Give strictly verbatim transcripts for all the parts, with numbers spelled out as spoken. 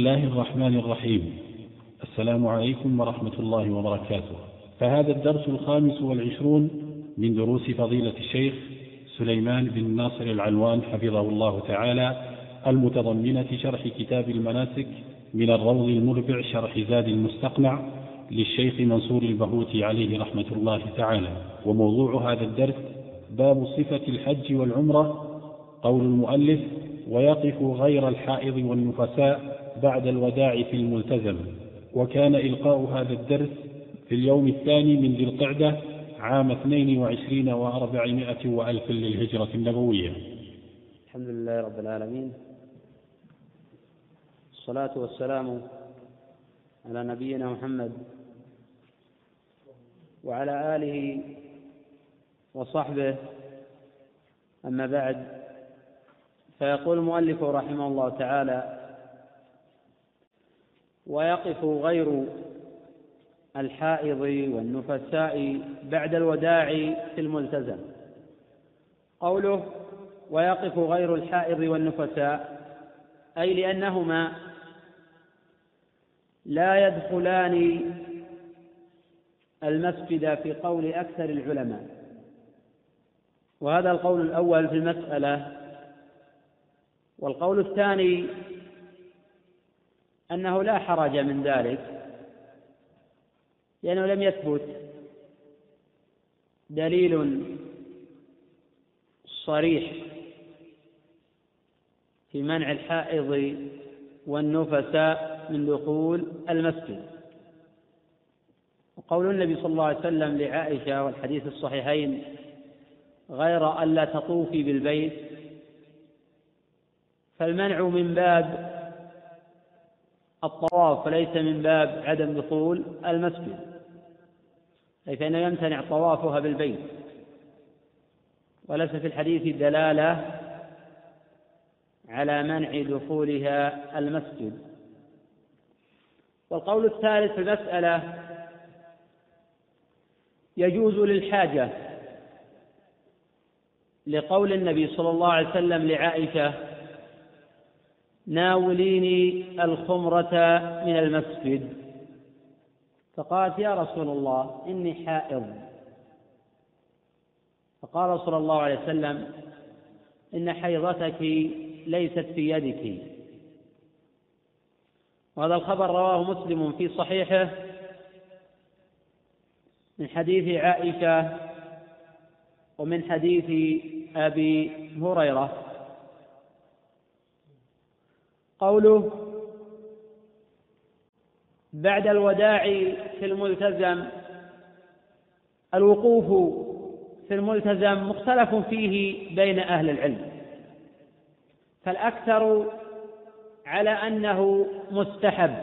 الله الرحمن الرحيم. السلام عليكم ورحمة الله وبركاته. فهذا الدرس الخامس والعشرون من دروس فضيلة الشيخ سليمان بن ناصر العلوان حفظه الله تعالى، المتضمنة شرح كتاب المناسك من الروض المربع شرح زاد المستقنع للشيخ منصور البهوتي عليه رحمة الله تعالى. وموضوع هذا الدرس باب صفة الحج والعمرة. قول المؤلف: ويقف غير الحائض والنفساء بعد الوداع في الملتزم. وكان إلقاء هذا الدرس في اليوم الثاني من ذي القعدة عام اثنين وعشرين وأربعمائة وألف للهجرة النبوية. الحمد لله رب العالمين، الصلاة والسلام على نبينا محمد وعلى آله وصحبه، أما بعد، فيقول المؤلف رحمه الله تعالى: ويقف غير الحائض والنفساء بعد الوداع في الملتزم. قوله ويقف غير الحائض والنفساء أي لأنهما لا يدخلان المسجد في قول أكثر العلماء، وهذا القول الأول في المسألة. والقول الثاني أنه لا حرج من ذلك، لأنه لم يثبت دليل صريح في منع الحائض والنفساء من دخول المسجد. وقول النبي صلى الله عليه وسلم لعائشة والحديث الصحيحين: غير أن لا تطوفي بالبيت، فالمنع من باب الطواف وليس من باب عدم دخول المسجد، أي فإنه يمتنع طوافها بالبيت، وليس في الحديث دلالة على منع دخولها المسجد. والقول الثالث في المسألة: يجوز للحاجة، لقول النبي صلى الله عليه وسلم لعائشة: ناوليني الخمرة من المسجد، فقالت: يا رسول الله إني حائض. فقال صلى الله عليه وسلم: إن حيضتك ليست في يدك. وهذا الخبر رواه مسلم في صحيحه من حديث عائشة ومن حديث أبي هريرة. قوله بعد الوداع في الملتزم: الوقوف في الملتزم مختلف فيه بين أهل العلم، فالأكثر على أنه مستحب،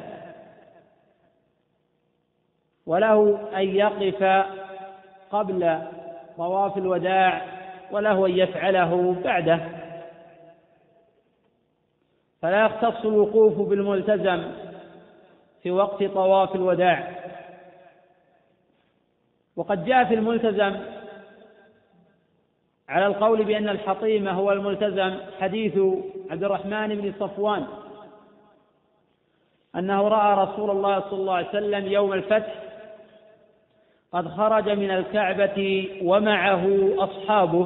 وله أن يقف قبل طواف الوداع وله أن يفعله بعده، فلا يختص الوقوف بالملتزم في وقت طواف الوداع. وقد جاء في الملتزم على القول بأن الحطيمة هو الملتزم حديث عبد الرحمن بن صفوان أنه رأى رسول الله صلى الله عليه وسلم يوم الفتح قد خرج من الكعبة ومعه أصحابه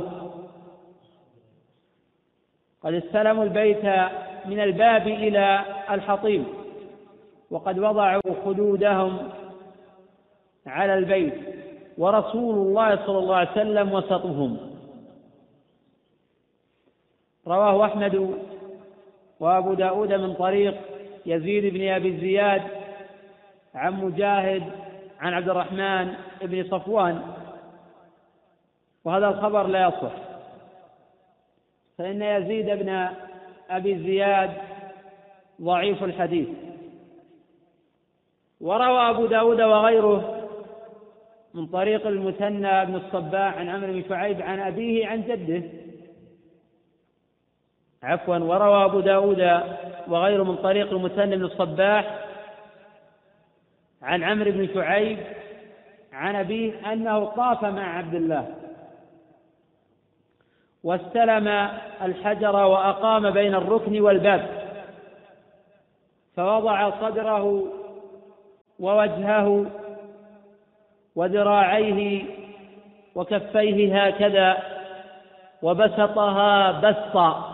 قد استلموا البيت من الباب إلى الحطيم، وقد وضعوا خدودهم على البيت، ورسول الله صلى الله عليه وسلم وسطهم. رواه أحمد وأبو داود من طريق يزيد بن أبي زياد عن مجاهد عن عبد الرحمن بن صفوان، وهذا الخبر لا يصح، فإن يزيد بن أبي زياد ضعيف الحديث. وروى أبو داود وغيره من طريق المثنى بن الصباح عن عمرو بن شعيب عن أبيه عن جده عفوا وروى أبو داود وغيره من طريق المثنى بن الصباح عن عمرو بن شعيب عن أبيه أنه طاف مع عبد الله واستلم الحجر وأقام بين الركن والباب فوضع صدره ووجهه وذراعيه وكفيه هكذا وبسطها بسطا،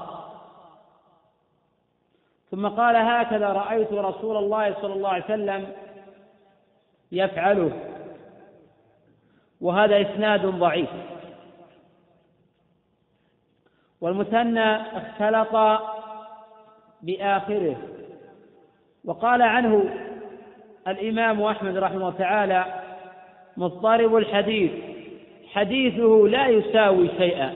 ثم قال: هكذا رأيت رسول الله صلى الله عليه وسلم يفعله. وهذا إسناد ضعيف. والمثنى اختلط بآخره. وقال عنه الإمام أحمد رحمه الله تعالى: مضطرب الحديث، حديثه لا يساوي شيئا.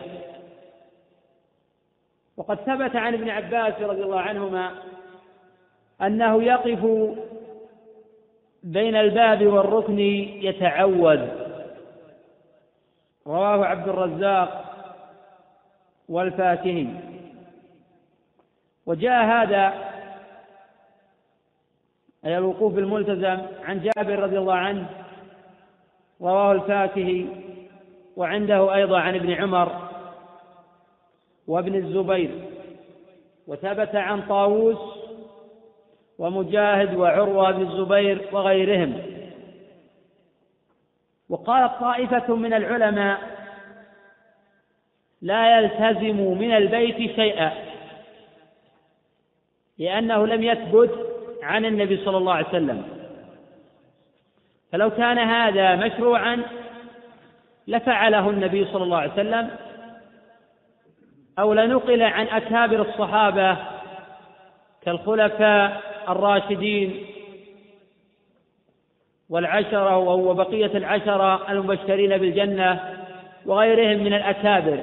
وقد ثبت عن ابن عباس رضي الله عنهما أنه يقف بين الباب والركن يتعوذ، رواه عبد الرزاق والفاكهي. وجاء هذا أي الوقوف الملتزم عن جابر رضي الله عنه، رواه الفاكهي، وعنده أيضا عن ابن عمر وابن الزبير، وثبت عن طاووس ومجاهد وعروة بن الزبير وغيرهم. وقالت طائفة من العلماء: لا يلتزم من البيت شيئا، لأنه لم يثبت عن النبي صلى الله عليه وسلم. فلو كان هذا مشروعا لفعله النبي صلى الله عليه وسلم، أو لنقل عن أكابر الصحابة كالخلفاء الراشدين والعشرة وهو بقية العشرة المبشرين بالجنة وغيرهم من الأكابر،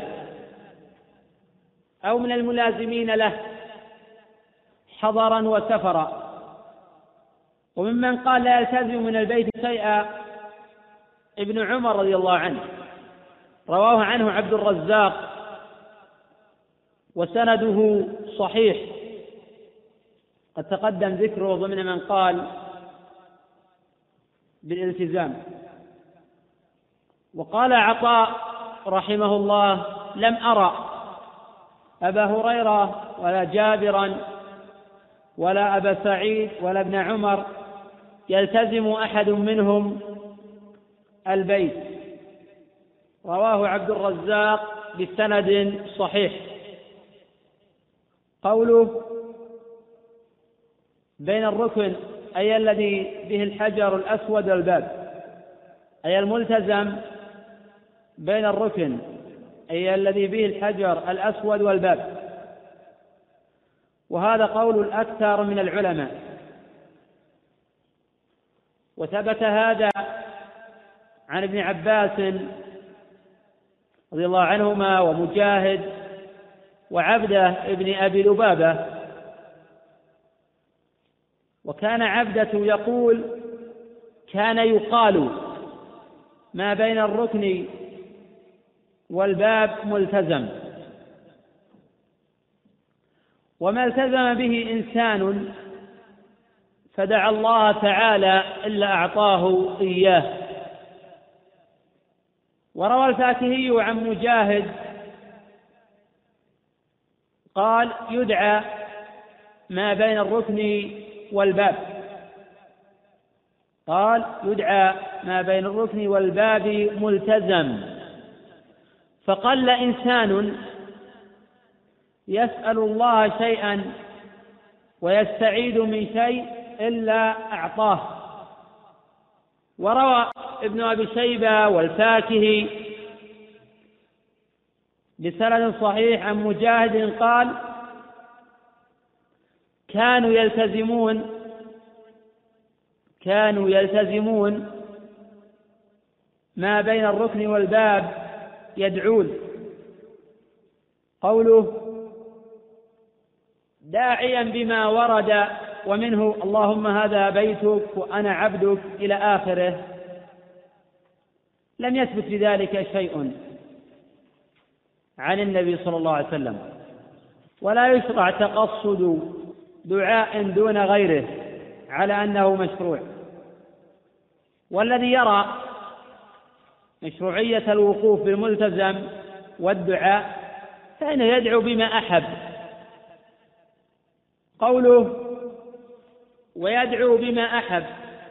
أو من الملازمين له حضرا وسفرا. وممن قال لا يلتزم من البيت شيئا ابن عمر رضي الله عنه، رواه عنه عبد الرزاق وسنده صحيح، قد تقدم ذكره ضمن من قال بالالتزام. وقال عطاء رحمه الله: لم أرى أبا هريرة ولا جابرا ولا أبا سعيد ولا ابن عمر يلتزم أحد منهم البيت. رواه عبد الرزاق بسند صحيح. قوله بين الركن أي الذي به الحجر الأسود والباب، أي الملتزم بين الركن أي الذي به الحجر الأسود والباب. وهذا قول الأكثر من العلماء. وثبت هذا عن ابن عباس رضي الله عنهما ومجاهد وعبده ابن أبي لبابة. وكان عبدة يقول: كان يقال ما بين الركن والباب ملتزم. وما التزم به إنسان فدعا الله تعالى إلا أعطاه إياه. وروى الفاكهي عن مجاهد قال: يدعى ما بين الركن والباب، قال يدعى ما بين الركن والباب ملتزم. فقل إنسان يسأل الله شيئا ويستعيد من شيء إلا أعطاه. وروى ابن أبي شيبة والفاكهي بسند صحيح عن مجاهد قال: كانوا يلتزمون كانوا يلتزمون ما بين الركن والباب يدعون. قوله داعيا بما ورد ومنه اللهم هذا بيتك وأنا عبدك إلى آخره، لم يثبت بذلك شيء عن النبي صلى الله عليه وسلم، ولا يشرع تقصد دعاء دون غيره على أنه مشروع. والذي يرى مشروعية الوقوف بالملتزم والدعاء فإنه يدعو بما أحب. قوله ويدعو بما أحب.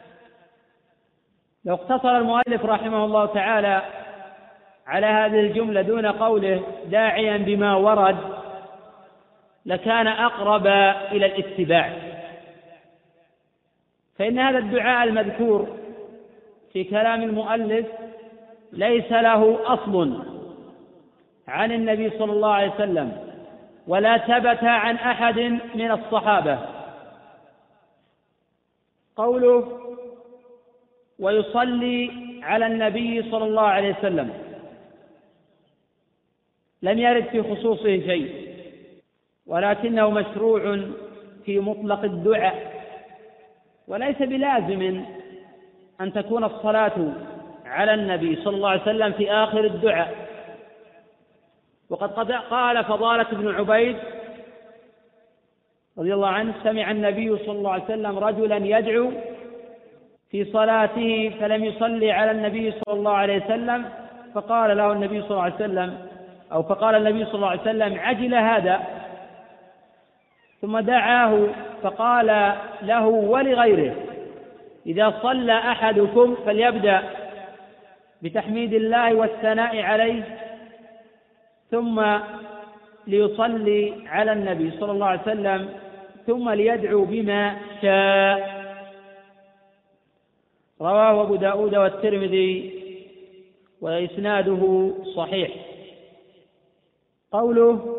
لو اقتصر المؤلف رحمه الله تعالى على هذه الجملة دون قوله داعيا بما ورد لكان أقرب إلى الاتباع، فإن هذا الدعاء المذكور في كلام المؤلف ليس له أصل عن النبي صلى الله عليه وسلم ولا ثبت عن أحد من الصحابة. قوله ويصلي على النبي صلى الله عليه وسلم لم يرد في خصوصه شيء، ولكنه مشروع في مطلق الدعاء، وليس بلازم أن تكون الصلاة على النبي صلى الله عليه وسلم في آخر الدعاء. وقد قال فضالة بن عبيد رضي الله عنه سمع النبي صلى الله عليه وسلم رجلا يدعو في صلاته فلم يصلي على النبي صلى الله عليه وسلم، فقال له النبي صلى الله عليه وسلم أو فقال النبي صلى الله عليه وسلم عجل هذا، ثم دعاه فقال له ولغيره إذا صلى أحدكم فليبدأ بتحميد الله والثناء عليه ثم ليصلي على النبي صلى الله عليه وسلم ثم ليدعو بما شاء. رواه أبو داود والترمذي وإسناده صحيح. قوله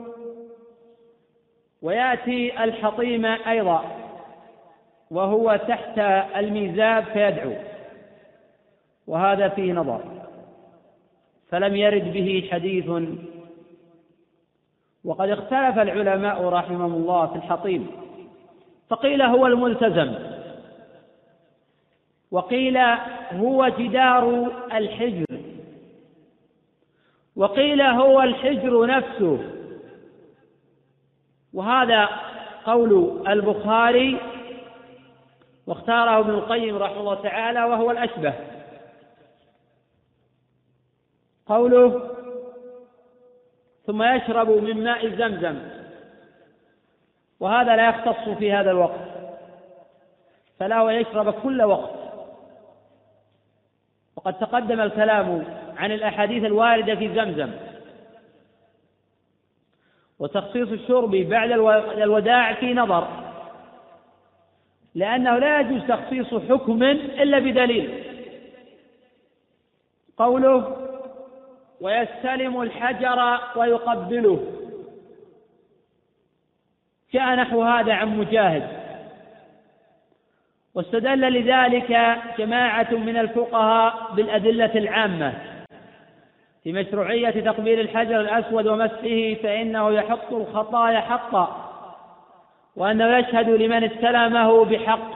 ويأتي الحطيم أيضا وهو تحت الميزاب فيدعو، وهذا فيه نظر، فلم يرد به حديث. وقد اختلف العلماء رحمهم الله في الحطيم، فقيل هو الملتزم، وقيل هو جدار الحجر، وقيل هو الحجر نفسه، وهذا قول البخاري واختاره ابن القيم رحمه الله تعالى وهو الأشبه. قوله ثم يشرب من ماء زمزم، وهذا لا يختص في هذا الوقت، فله يشرب كل وقت. وقد تقدم الكلام عن الأحاديث الواردة في زمزم، وتخصيص الشرب بعد الوداع في نظر، لأنه لا يجوز تخصيص حكم إلا بدليل. قوله ويستلم الحجر ويقبله، جاء نحو هذا عن مجاهد، واستدل لذلك جماعة من الفقهاء بالأدلة العامة في مشروعية تقبيل الحجر الأسود ومسحه، فإنه يحط الخطايا حقا، وأنه يشهد لمن استلمه بحق.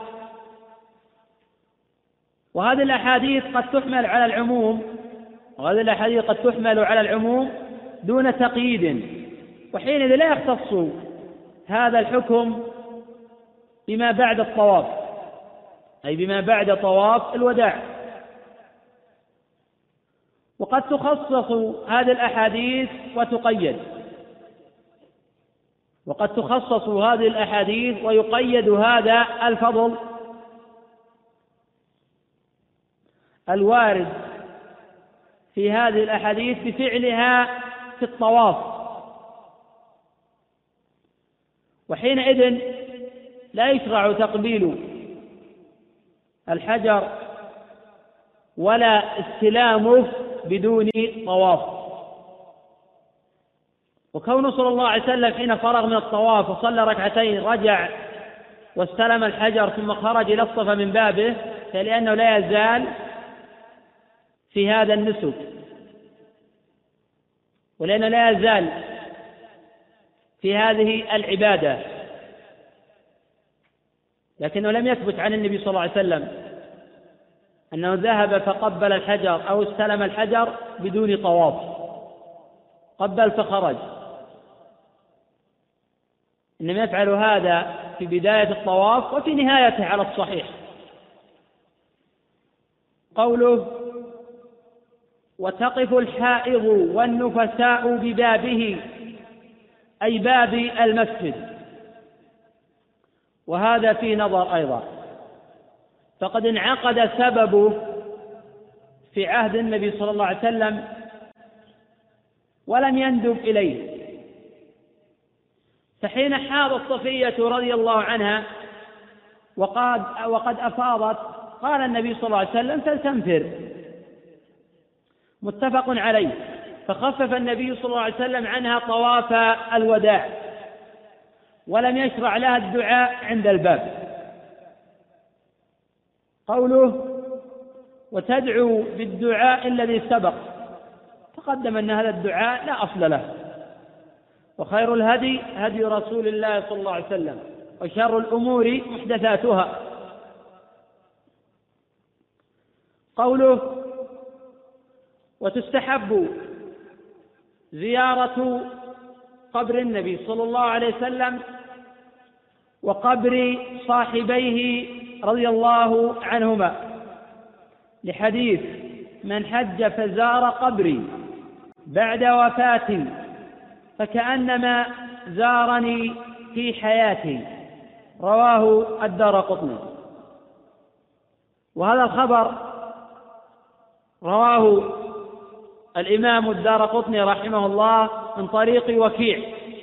وهذه الأحاديث قد تحمل على العموم وهذه الأحاديث قد تحمل على العموم دون تقييد، وحينئذ لا يختص هذا الحكم بما بعد الطواف، أي بما بعد طواف الوداع. وقد تخصص هذه الأحاديث وتقيد، وقد تخصص هذه الأحاديث ويقيد هذا الفضل الوارد في هذه الأحاديث بفعلها في الطواف، وحينئذ لا يشرع تقبيل الحجر ولا استلامه بدون طواف. وكونه صلى الله عليه وسلم حين فرغ من الطواف وصلى ركعتين رجع واستلم الحجر ثم خرج إلى الصفا من بابه، فلأنه لا يزال في هذا النسك، ولأنه لا يزال في هذه العبادة، لكنه لم يثبت عن النبي صلى الله عليه وسلم أنه ذهب فقبل الحجر أو استلم الحجر بدون طواف، قبل فخرج، إنما يفعل هذا في بداية الطواف وفي نهايته على الصحيح. قوله وتقف الحائض والنفساء ببابه، أي باب المسجد، وهذا في نظر أيضا، فقد انعقد سببه في عهد النبي صلى الله عليه وسلم ولم يندب إليه. فحين حاضت صفية رضي الله عنها وقد, وقد أفاضت قال النبي صلى الله عليه وسلم فلتنفر، متفق عليه. فخفف النبي صلى الله عليه وسلم عنها طواف الوداع ولم يشرع لها الدعاء عند الباب. قوله وتدعو بالدعاء الذي سبق، تقدم أن هذا الدعاء لا أصل له. وخير الهدي هدي رسول الله صلى الله عليه وسلم، وشر الأمور محدثاتها. قوله وتستحب زيارة قبر النبي صلى الله عليه وسلم وقبر صاحبيه رضي الله عنهما، لحديث من حج فزار قبري بعد وفاتي فكأنما زارني في حياتي، رواه الدارقطني. وهذا الخبر رواه الإمام الدارقطني رحمه الله من طريق وكيع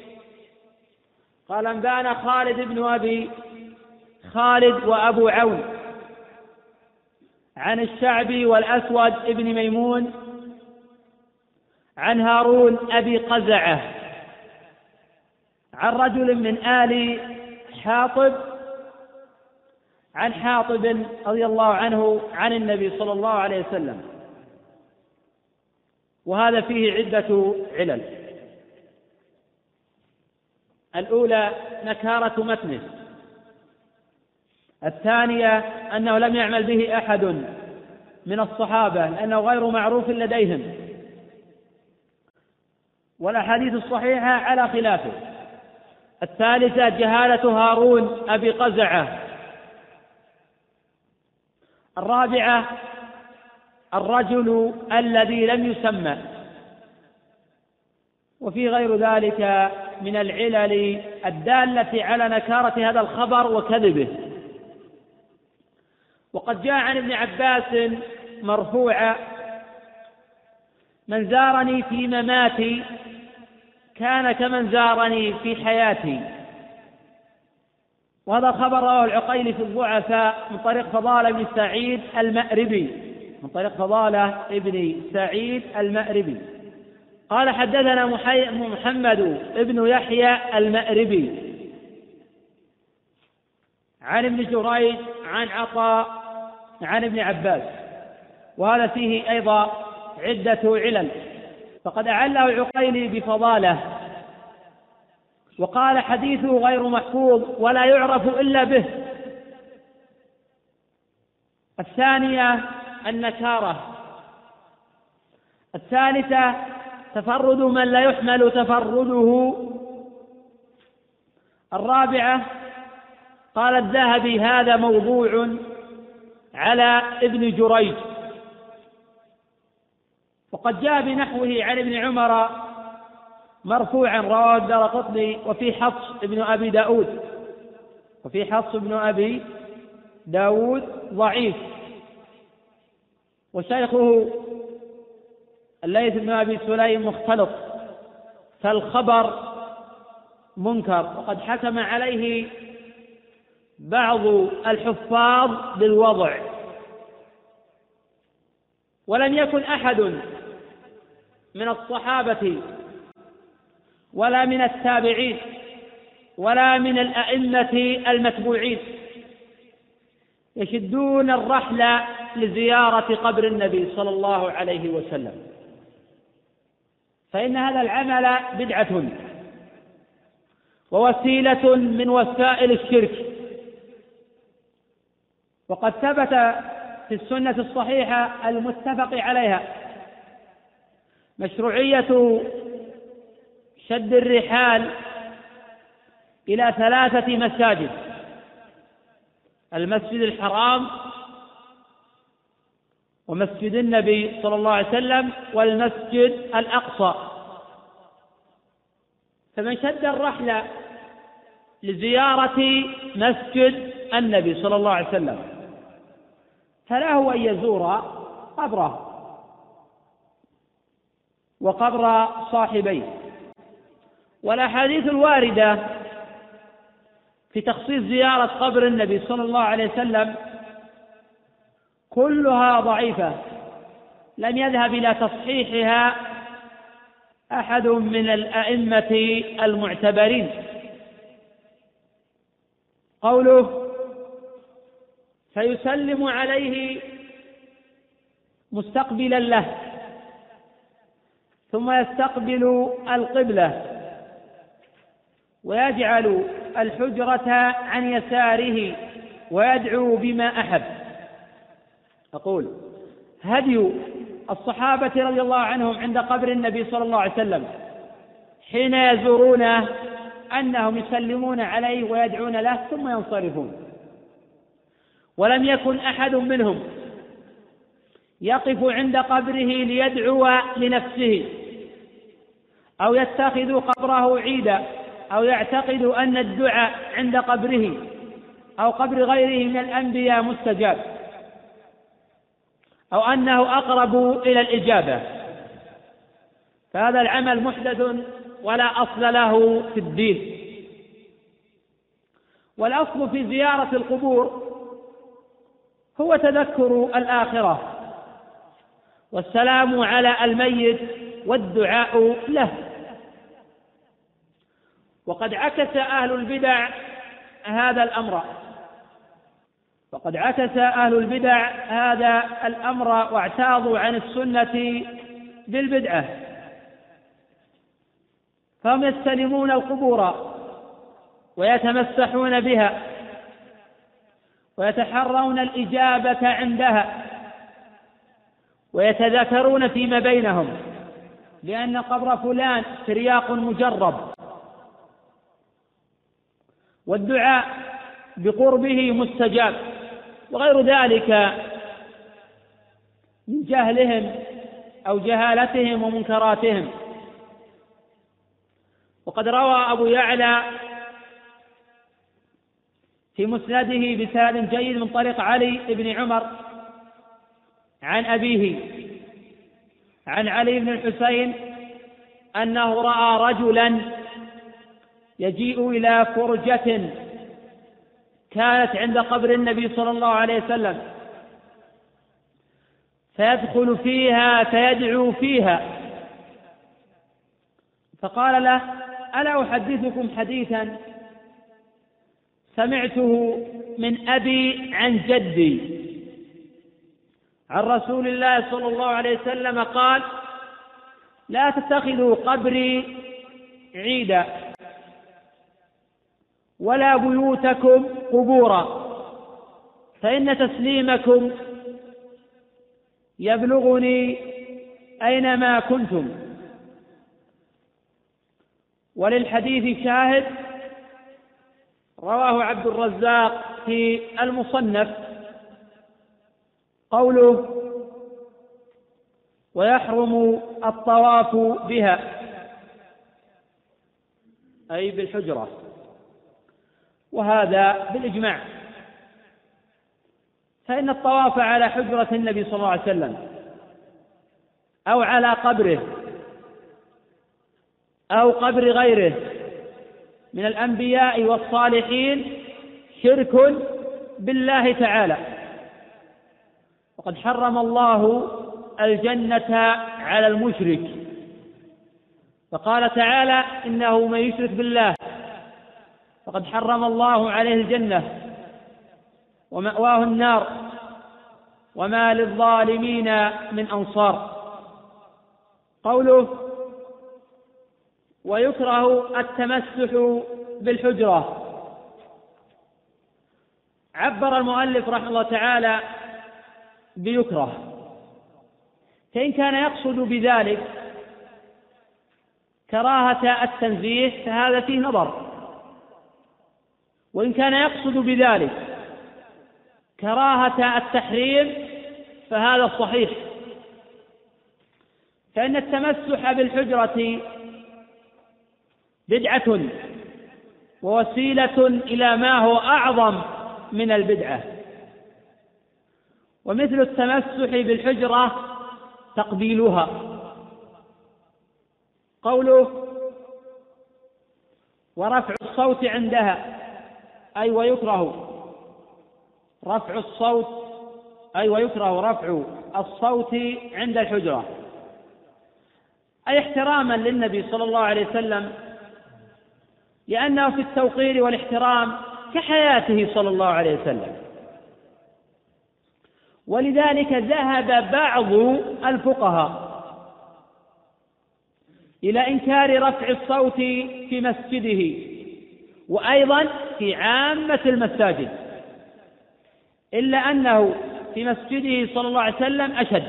قال أنبانا خالد بن أبي خالد وأبو عون عن الشعبي والأسود ابن ميمون عن هارون أبي قزعة عن رجل من آل حاطب عن حاطب رضي الله عنه عن النبي صلى الله عليه وسلم. وهذا فيه عدة علل. الأولى نكارة متنه، الثانية أنه لم يعمل به أحد من الصحابة لأنه غير معروف لديهم، والأحاديث الصحيحة على خلافه. الثالثة جهالة هارون أبي قزعة. الرابعة الرجل الذي لم يسمى. وفي غير ذلك من العلل الدالة على نكارة هذا الخبر وكذبه. وقد جاء عن ابن عباس مرفوعا من زارني في مماتي كان كمن زارني في حياتي. وهذا الخبر رواه العقيلي في الضعفاء من طريق فضالة بن سعيد المأربي من طريق فضالة ابن سعيد المأربي قال حدثنا محمد ابن يحيى المأربي عن ابن جريج عن عطاء عن ابن عباس. وهذا فيه أيضا عدة علل. فقد أعله العقيلي بفضاله وقال حديثه غير محفوظ ولا يعرف إلا به. الثانية النكارة. الثالثة تفرد من لا يحمل تفرده. الرابعة قال الذهبي هذا موضوع على ابن جريج. وقد جاء بنحوه عن ابن عمر مرفوعا رواه الدارقطني وفي حفص ابن أبي داود وفي حفص ابن أبي داود ضعيف، وشيخه الليث بن أبي سليم مختلط، فالخبر منكر. وقد حكم عليه بعض الحفاظ بالوضع. ولم يكن أحد من الصحابة ولا من التابعين ولا من الأئمة المتبوعين يشدون الرحل لزيارة قبر النبي صلى الله عليه وسلم، فإن هذا العمل بدعة ووسيلة من وسائل الشرك. وقد ثبت في السنة الصحيحة المتفق عليها مشروعية شد الرحال إلى ثلاثة مساجد: المسجد الحرام ومسجد النبي صلى الله عليه وسلم والمسجد الأقصى. فمن شد الرحل لزيارة مسجد النبي صلى الله عليه وسلم فله أن يزور قبره وقبر صاحبيه. والأحاديث الواردة في تخصيص زيارة قبر النبي صلى الله عليه وسلم كلها ضعيفة، لم يذهب إلى تصحيحها أحد من الأئمة المعتبرين. قوله فيسلم عليه مستقبلا له ثم يستقبل القبلة ويجعل الحجرة عن يساره ويدعو بما أحب. أقول هدي الصحابة رضي الله عنهم عند قبر النبي صلى الله عليه وسلم حين يزورونه أنهم يسلمون عليه ويدعون له ثم ينصرفون، ولم يكن أحد منهم يقف عند قبره ليدعو لنفسه أو يتخذ قبره عيدا أو يعتقد أن الدعاء عند قبره أو قبر غيره من الأنبياء مستجاب أو أنه أقرب إلى الإجابة، فهذا العمل محدث ولا أصل له في الدين. والأصل في زيارة القبور هو تذكر الآخرة والسلام على الميت والدعاء له. وقد عكس أهل البدع هذا الأمر وقد عكس أهل البدع هذا الأمر واعتاضوا عن السنة بالبدعة، فهم يستلمون القبور ويتمسحون بها ويتحرون الإجابة عندها ويتذاكرون فيما بينهم لأن قبر فلان ترياق مجرب، والدعاء بقربه مستجاب، وغير ذلك من جهلهم أو جهالتهم ومنكراتهم. وقد روى أبو يعلى في مسنده بسند جيد من طريق علي بن عمر عن أبيه عن علي بن الحسين أنه رأى رجلا يجيء إلى فرجة كانت عند قبر النبي صلى الله عليه وسلم فيدخل فيها فيدعو فيها، فقال له ألا أحدثكم حديثا سمعته من أبي عن جدي عن رسول الله صلى الله عليه وسلم قال لا تتخذوا قبري عيدا ولا بيوتكم قبورا فإن تسليمكم يبلغني أينما كنتم. وللحديث شاهد رواه عبد الرزاق في المصنف قوله ويحرم الطواف بها أي بالحجرة، وهذا بالإجماع، فإن الطواف على حجرة النبي صلى الله عليه وسلم أو على قبره أو قبر غيره من الأنبياء والصالحين شرك بالله تعالى. وقد حرم الله الجنة على المشرك، فقال تعالى إنه من يشرك بالله فقد حرم الله عليه الجنة ومأواه النار وما للظالمين من أنصار. قوله ويكره التمسح بالحجرة، عبر المؤلف رحمه الله تعالى بيكره، فإن كان يقصد بذلك كراهة التنزيه فهذا فيه نظر، وإن كان يقصد بذلك كراهة التحريم فهذا الصحيح، فإن التمسح بالحجرة بدعة ووسيلة إلى ما هو أعظم من البدعة، ومثل التمسح بالحجرة تقبيلها. قوله ورفع الصوت عندها أي ويكره رفع الصوت أي ويكره رفع الصوت عند الحجرة، أي احتراما للنبي صلى الله عليه وسلم، لأنه في التوقير والاحترام كحياته صلى الله عليه وسلم. ولذلك ذهب بعض الفقهاء إلى إنكار رفع الصوت في مسجده وأيضا في عامة المساجد، إلا أنه في مسجده صلى الله عليه وسلم أشد.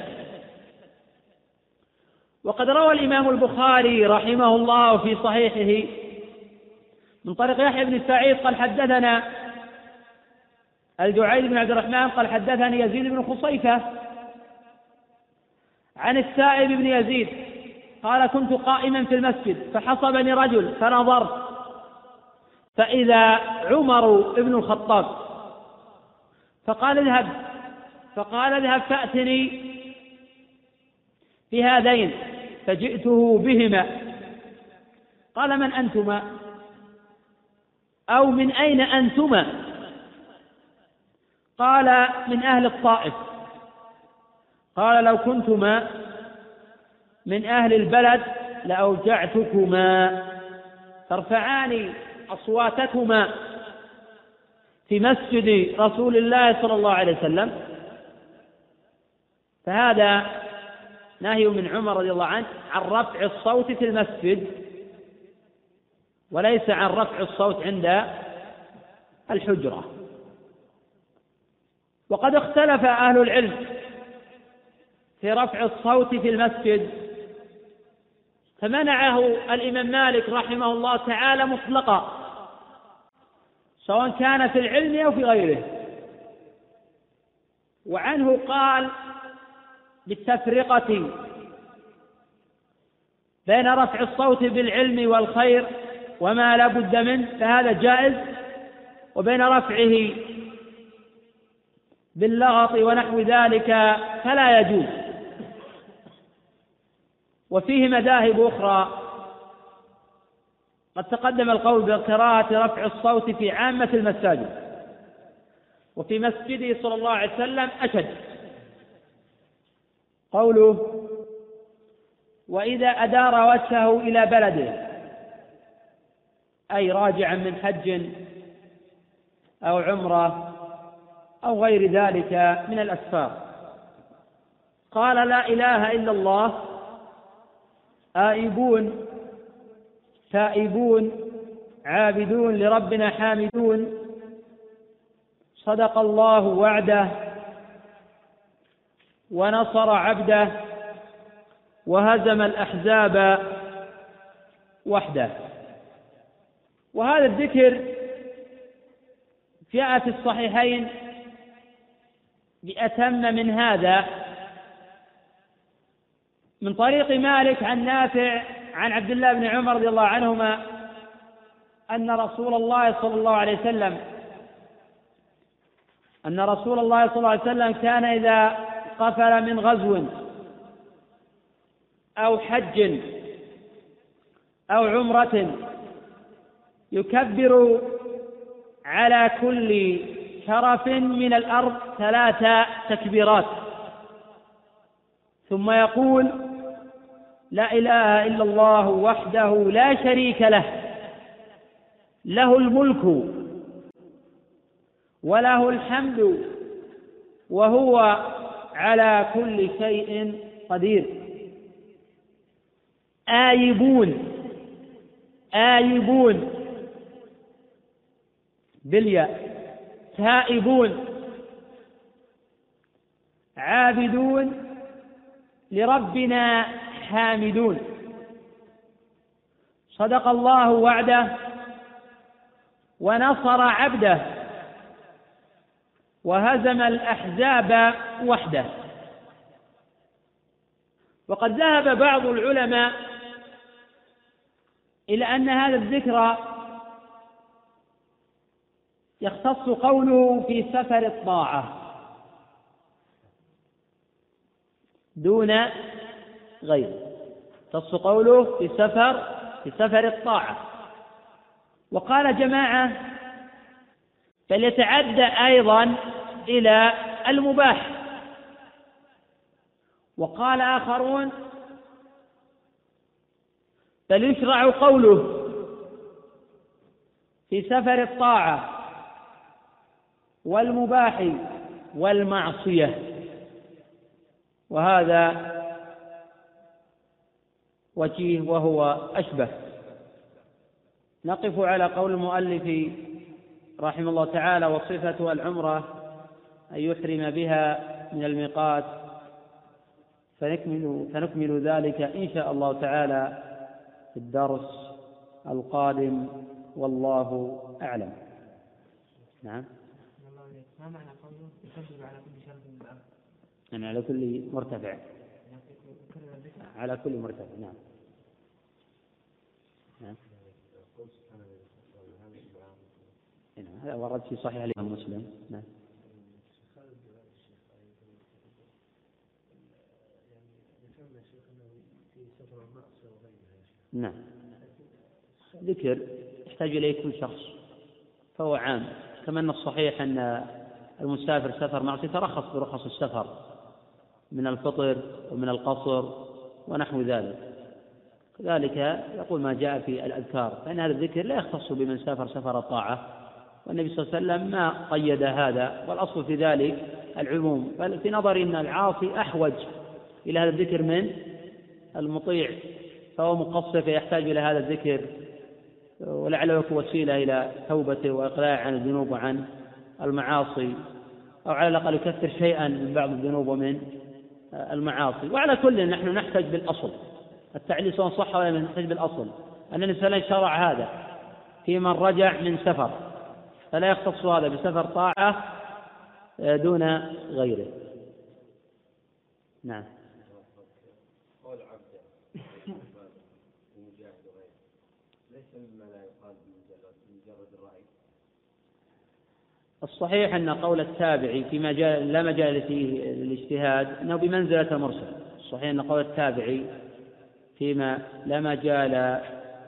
وقد روى الإمام البخاري رحمه الله في صحيحه من طريق يحيى بن سعيد قال حدثنا الجعيد بن عبد الرحمن قال حدثني يزيد بن خصيفة عن السائب بن يزيد قال كنت قائما في المسجد فحصبني رجل فنظرت فإذا عمر بن الخطاب فقال اذهب فقال اذهب فأتني بهذين، فجئته بهما. قال من أنتما أو من أين أنتما؟ قال من أهل الطائف. قال لو كنتما من أهل البلد لأوجعتكما ترفعان أصواتكما في مسجد رسول الله صلى الله عليه وسلم. فهذا نهي من عمر رضي الله عنه عن رفع الصوت في المسجد وليس عن رفع الصوت عند الحجرة. وقد اختلف أهل العلم في رفع الصوت في المسجد، فمنعه الإمام مالك رحمه الله تعالى مطلقا سواء كان في العلم أو في غيره، وعنه قال بالتفرقة بين رفع الصوت بالعلم والخير وما لا بد منه فهذا جائز، وبين رفعه باللغط ونحو ذلك فلا يجوز. وفيه مذاهب أخرى قد تقدم القول بقراءة رفع الصوت في عامة المساجد، وفي مسجده صلى الله عليه وسلم أشد. قوله وإذا أدار وجهه إلى بلده أي راجعا من حج أو عمرة أو غير ذلك من الأسفار. قال لا إله إلا الله آئبون تائبون عابدون لربنا حامدون صدق الله وعده ونصر عبده وهزم الأحزاب وحده. وهذا الذكر جاء في الصحيحين بأتم من هذا من طريق مالك عن نافع عن عبد الله بن عمر رضي الله عنهما أن رسول الله صلى الله عليه وسلم أن رسول الله صلى الله عليه وسلم كان إذا قفل من غزو أو حج أو عمرة يكبر على كل شرف من الأرض ثلاث تكبيرات ثم يقول لا إله إلا الله وحده لا شريك له له الملك وله الحمد وهو على كل شيء قدير. آيبون آيبون بالياء تائبون عابدون لربنا حامدون صدق الله وعده ونصر عبده وهزم الأحزاب وحده. وقد ذهب بعض العلماء إلى أن هذا الذكر يختص قوله في سفر الطاعة، دون غيره. يختص قوله في سفر في سفر الطاعة. وقال جماعة بل يتعدى أيضا إلى المباح. وقال آخرون بل يشرع قوله في سفر الطاعة والمباح والمعصية، وهذا وجيه وهو أشبه. نقف على قول المؤلف رحمه الله تعالى وصفة العمرة أن يحرم بها من الميقات، فنكمل, فنكمل ذلك إن شاء الله تعالى في الدرس القادم، والله أعلم. نعم. ما معنى قوله يكذب على كل شرط بالأرض؟ يعني على كل مرتفع، على كل مرتفع. نعم. نعم. هذا ورد في صحيح الإمام مسلم. نعم. نعم. ذكر يحتاج إليه كل شخص فهو عام، كما أن الصحيح أن المسافر سفر معصية ترخص برخص السفر من الفطر ومن القصر ونحو ذلك. كذلك يقول ما جاء في الأذكار، فإن هذا الذكر لا يختص بمن سافر سفر الطاعة، والنبي صلى الله عليه وسلم ما قيد هذا، والأصل في ذلك العموم. بل في نظري أن العاصي أحوج إلى هذا الذكر من المطيع، فهو مقصر فيحتاج إلى هذا الذكر، ولعله يكون وسيلة إلى توبته وإقلاع عن الذنوب وعن المعاصي، أو على الأقل يكثر شيئا من بعض الذنوب ومن المعاصي. وعلى كل نحن نحتاج بالأصل، التعليل سواء صح ولا نحتاج بالأصل أن الإنسان شرع هذا في من رجع من سفر، فلا يختص هذا بسفر طاعة دون غيره. نعم. قول عبده المجاهد غيره ليس مما لا يقال بمجرد الرأي. الصحيح أن قول التابعي في مجال لا مجال فيه للاجتهاد أنه بمنزلة المرسل. الصحيح أن قول التابعي فيما لا مجال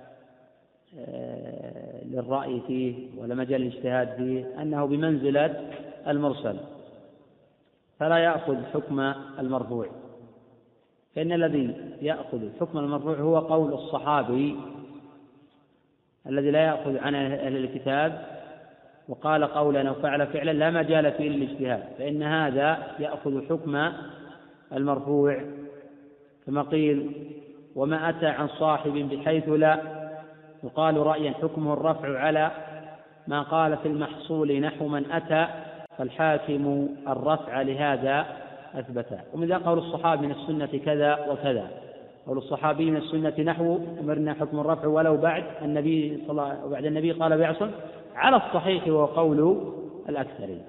للرأي فيه ولا مجال الاجتهاد فيه أنه بمنزلة المرسل، فلا يأخذ حكم المرفوع، فإن الذي يأخذ حكم المرفوع هو قول الصحابي الذي لا يأخذ عن أهل الكتاب وقال قولا وفعل فعلا لا مجال فيه للاجتهاد، فإن هذا يأخذ حكم المرفوع، كما قيل وما أتى عن صاحب بحيث لا يقال رأيا حكمه الرفع على ما قال في المحصول نحو من أتى، فالحاكم الرفع لهذا أثبته. ومن ذا قول الصحابي من السنة كذا وكذا، قول الصحابي من السنة نحو أمرنا حكم الرفع ولو بعد النبي صلى الله وبعد النبي قال بعصم على الصحيح وقول الأكثرين.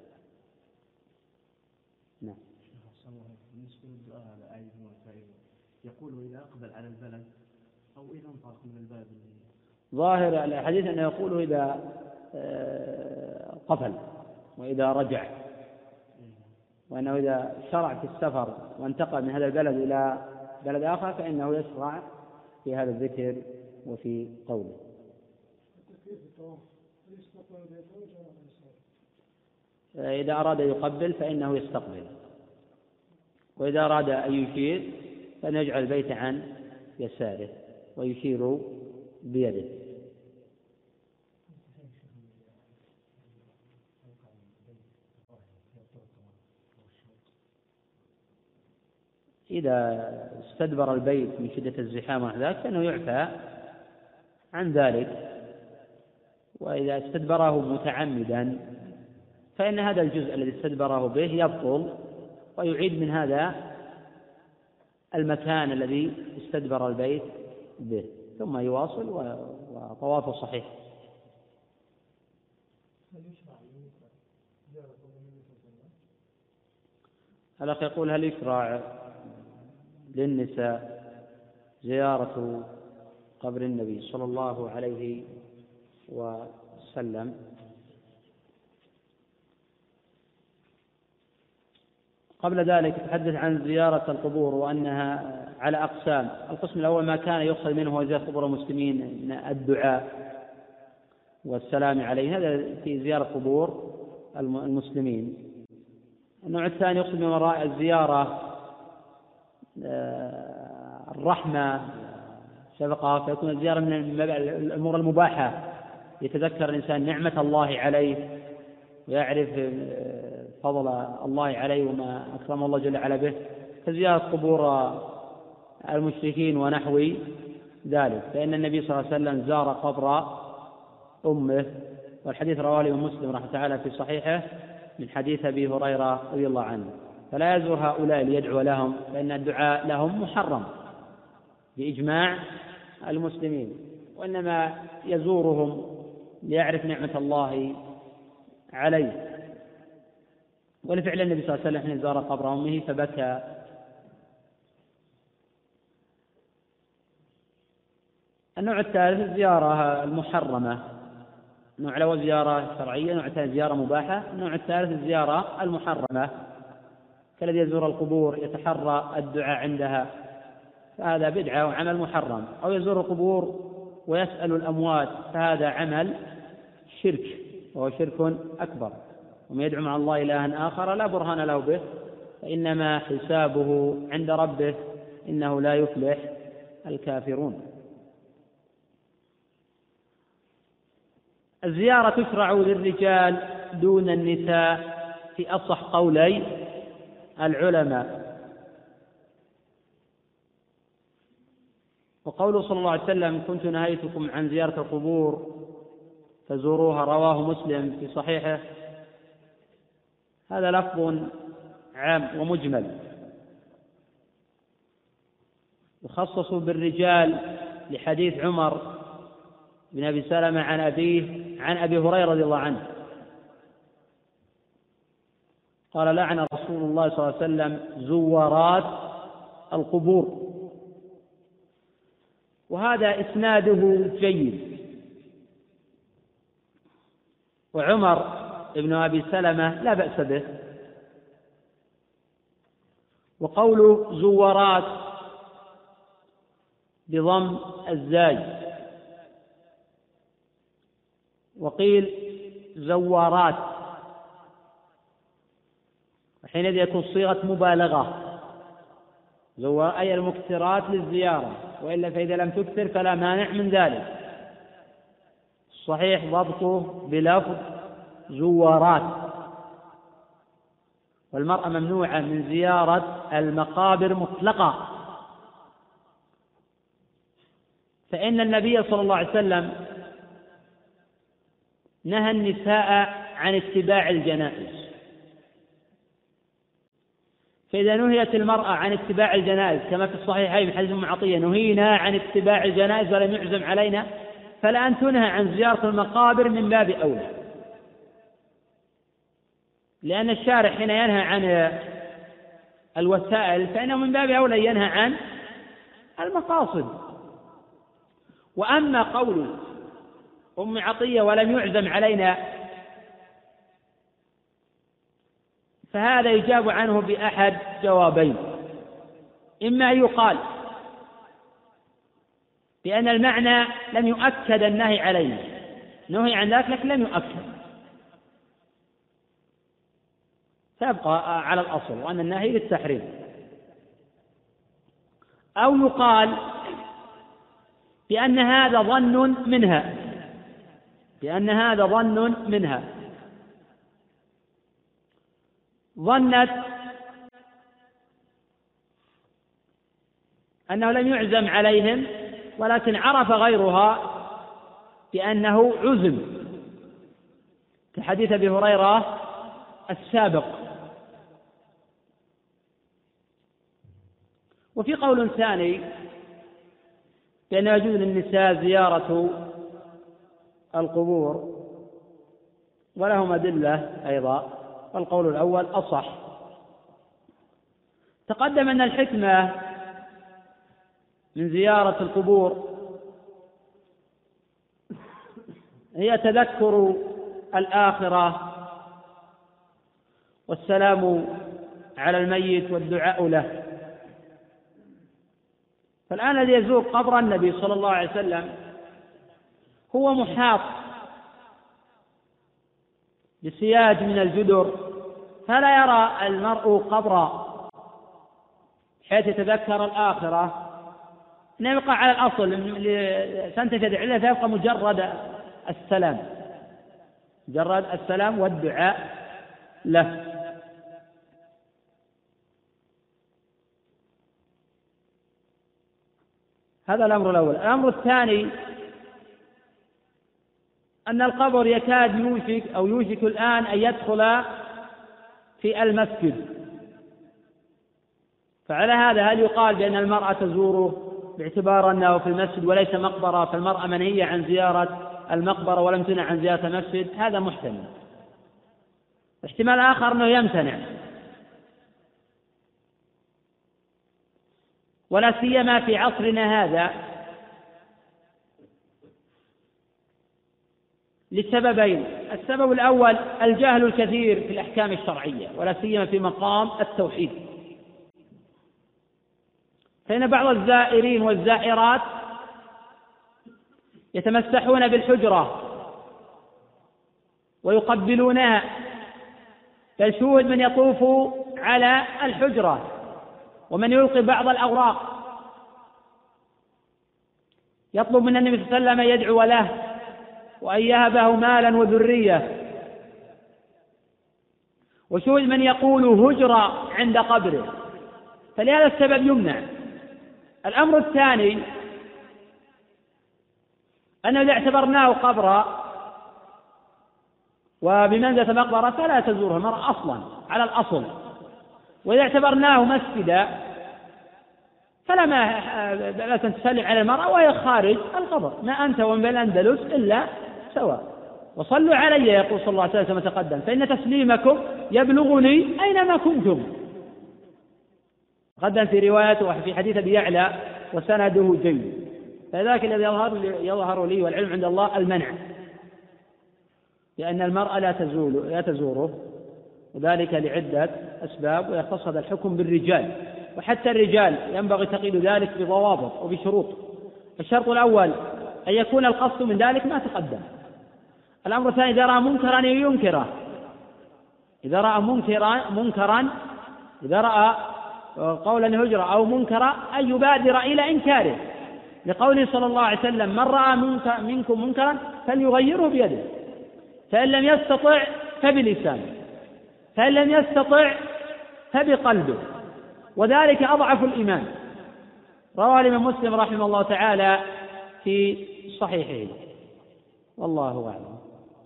نعم. بالنسبة للدعاء على آية يقول إذا أقبل على البلد أو إذا انطلق من البلد. ظاهر الحديث أنه يقول إذا قفل وإذا رجع، وأنه إذا شرع في السفر وانتقل من هذا البلد إلى بلد آخر فإنه يشرع في هذا الذكر وفي قوله. إذا أراد يقبل فإنه يستقبل، وإذا أراد أن يشير فإن يجعل البيت عن يساره ويشير بيده. إذا استدبر البيت من شدة الزحام وذاك فإنه يعفى عن ذلك، وإذا استدبره متعمدا فإن هذا الجزء الذي استدبره به يبطل ويعيد من هذا المكان الذي استدبر البيت به ثم يواصل وطوافه صحيح. الأخ يقول هل يشرع للنساء زيارة قبر النبي صلى الله عليه وسلم؟ قبل ذلك تحدث عن زيارة القبور وأنها على أقسام. القسم الأول ما كان يقصد منه هو زيارة قبور المسلمين من الدعاء والسلام عليه، هذا في زيارة قبور المسلمين. النوع الثاني يقصد من وراء الزيارة الرحمة شفقة، فيكون الزيارة من الأمور المباحة، يتذكر الإنسان نعمة الله عليه ويعرف فضل الله عليه وما أكرم الله جل وعلا به، كزيارة قبور المشركين ونحو ذلك. فإن النبي صلى الله عليه وسلم زار قبر أمه، والحديث رواه الإمام مسلم رحمه تعالى في صحيحه من حديث أبي هريرة رضي الله عنه. فلا يزور هؤلاء ليدعو لهم، فإن الدعاء لهم محرم بإجماع المسلمين، وإنما يزورهم ليعرف نعمة الله عليه. ولفعل النبي صلى الله عليه وسلم حين زار قبر أمه فبكى. النوع الثالث الزيارة المحرمة، النوع الأول زيارة شرعية، النوع الثاني زيارة مباحة، النوع الثالث الزيارة المحرمة كالذي يزور القبور يتحرى الدعاء عندها، فهذا بدعة وعمل محرم. أو يزور القبور ويسأل الأموات، فهذا عمل شرك وهو شرك أكبر، ومن يدعو مع الله إلها آخر لا برهان له به فإنما حسابه عند ربه إنه لا يفلح الكافرون. الزيارة تشرع للرجال دون النساء في أصح قولي العلماء. وقوله صلى الله عليه وسلم كنت نهيتكم عن زيارة القبور فزوروها، رواه مسلم في صحيحه، هذا لفظ عام ومجمل، يخصص بالرجال لحديث عمر بن أبي سلمة عن أبيه عن أبي هريرة رضي الله عنه قال لعن رسول الله صلى الله عليه وسلم زوارات القبور، وهذا إسناده جيد. وعمر ابن أبي سلمة لا بأس به. وقول زوارات بضم الزاي، وقيل زوارات، وحينئذ يكون صيغة مبالغة، زوار أي المكثرات للزيارة، وإلا فإذا لم تكثر فلا مانع من ذلك. صحيح ضبطه بلفظ زوارات. والمرأة ممنوعة من زيارة المقابر مطلقة، فإن النبي صلى الله عليه وسلم نهى النساء عن اتباع الجنائز، فإذا نهيت المرأة عن اتباع الجنائز كما في الصحيحين في حديث أم عطية نهينا عن اتباع الجنائز ولم يعزم علينا، فلا أن تنهى عن زيارة المقابر من باب أولى، لأن الشارع حين ينهى عن الوسائل فإنه من باب أولى ينهى عن المقاصد. وأما قول أم عطية ولم يعزم علينا فهذا يجاب عنه بأحد جوابين: إما أن يقال بأن المعنى لم يؤكد النهي علينا، نهي عن ذلك لكن لم يؤكد، سيبقى على الأصل وأن النهي للتحريم. أو يقال بأن هذا ظن منها بأن هذا ظن منها ظنت أنه لم يعزم عليهم، ولكن عرف غيرها بأنه عزم، كحديث أبي هريرة السابق. وفي قول ثاني بأن يجوز للنساء زيارة القبور، ولهم أدلة أيضا، والقول الأول أصح. تقدم أن الحكمة من زيارة القبور هي تذكر الآخرة والسلام على الميت والدعاء له. فالآن الذي يزور قبر النبي صلى الله عليه وسلم هو محاط بسياج من الجدر، فلا يرى المرء قبرا حيث يتذكر الآخرة، إنه يبقى على الأصل تنتشد عليه، فيبقى مجرد السلام، مجرد السلام والدعاء له. هذا الأمر الأول. الأمر الثاني أن القبر يكاد يوشك أو يوشك الآن أن يدخل في المسجد، فعلى هذا هل يقال بأن المرأة تزوره باعتبار أنه في المسجد وليس مقبرة، فالمرأة منهية عن زيارة المقبرة ولم تنع عن زيارة المسجد؟ هذا محتمل. احتمال آخر أنه يمتنع، ولا سيما في عصرنا هذا لسببين. السبب الأول الجهل الكثير في الأحكام الشرعية، ولا سيما في مقام التوحيد، فإن بعض الزائرين والزائرات يتمسحون بالحجرة ويقبلونها، بل شوهد من يطوف على الحجرة ومن يلقي بعض الأوراق يطلب من النبي صلى الله عليه وسلم أن يدعو له وأن يهبه مالا وذرية، وشوهد من يقول هجرة عند قبره، فلهذا السبب يمنع. الأمر الثاني أنه إذا اعتبرناه قبرا وبمنزلة مقبرة فلا تزوره المرأة أصلا على الأصل، وإذا اعتبرناه مسجدا فلا ما تسلم على المرأة وهي خارج القبر، ما أنت ومن بالأندلس إلا سواء. وصلوا علي يقول صلى الله عليه وسلم تقدم، فإن تسليمكم يبلغني أينما كنتم. قدم في رواية وفي حديث أبي يعلى وسنده جيد. فذاك الذي يظهر, يظهر لي والعلم عند الله المنع، لأن المرأة لا تزول لا تزوره، وذلك لعدة أسباب، ويختص هذا الحكم بالرجال، وحتى الرجال ينبغي تقييد ذلك بضوابط وبشروط. الشرط الأول أن يكون القصد من ذلك ما تقدم. الأمر الثاني إذا رأى منكرا ينكره، إذا رأى منكرا منكرا إذا رأى قولا هجرة أو منكرا أن يبادر إلى إنكاره، لقوله صلى الله عليه وسلم من رأى منكم منكرا فليغيره بيده، فإن لم يستطع فبلسانه، فإن لم يستطع فبقلبه، وذلك أضعف الإيمان. رواه الإمام مسلم رحمه الله تعالى في صحيحه، والله أعلم.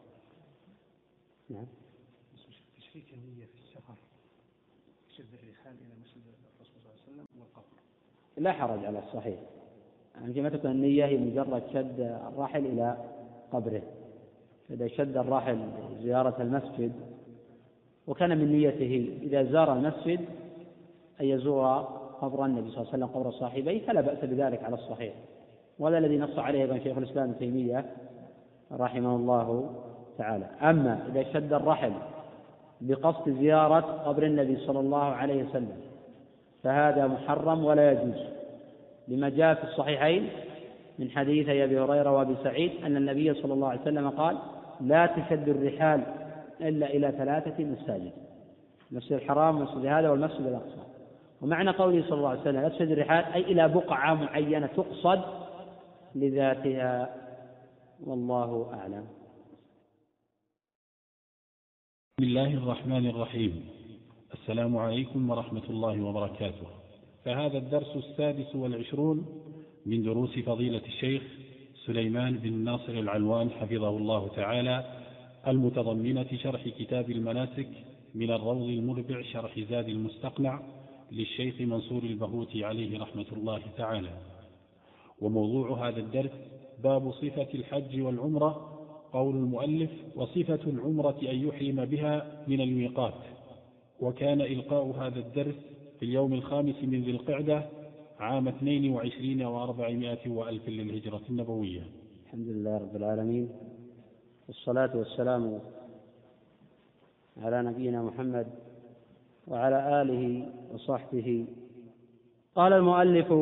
نعم. تشريك النية في السفر شد الرحال إلى مسجد الرسول صلى الله عليه وسلم والقبر لا حرج على الصحيح، يعني ما تكون النية هي مجرد شد الراحل إلى قبره. إذا شد الراحل زيارة المسجد وكان من نيته إذا زار المسجد أن يزور قبر النبي صلى الله عليه وسلم قبر صاحبيه فلا بأس بذلك على الصحيح، وهذا الذي نص عليه أيضا شيخ الإسلام ابن تيمية رحمه الله تعالى. أما إذا شد الرحل بقصد زيارة قبر النبي صلى الله عليه وسلم فهذا محرم ولا يجوز، لما جاء في الصحيحين من حديث أبي هريرة وأبي سعيد أن النبي صلى الله عليه وسلم قال لا تشد الرحال إلا إلى ثلاثة مساجد: المسجد الحرام والمسجد هذا والمسجد الأقصى. ومعنى قوله صلى الله عليه وسلم لا تشد الرحال أي إلى بقعة معينة تقصد لذاتها، والله أعلم. بسم الله الرحمن الرحيم. السلام عليكم ورحمة الله وبركاته. فهذا الدرس السادس والعشرون من دروس فضيلة الشيخ سليمان بن ناصر العلوان حفظه الله تعالى، المتضمنة شرح كتاب المناسك من الروض المربع شرح زاد المستقنع للشيخ منصور البهوتي عليه رحمة الله تعالى. وموضوع هذا الدرس باب صفة الحج والعمرة. قول المؤلف: وصفة العمرة أن يحرم بها من الميقات. وكان إلقاء هذا الدرس في اليوم الخامس من ذي القعدة عام اثنين وعشرين وأربعمائة وألف للهجرة النبوية. الحمد لله رب العالمين، والصلاة والسلام على نبينا محمد وعلى آله وصحبه. قال المؤلف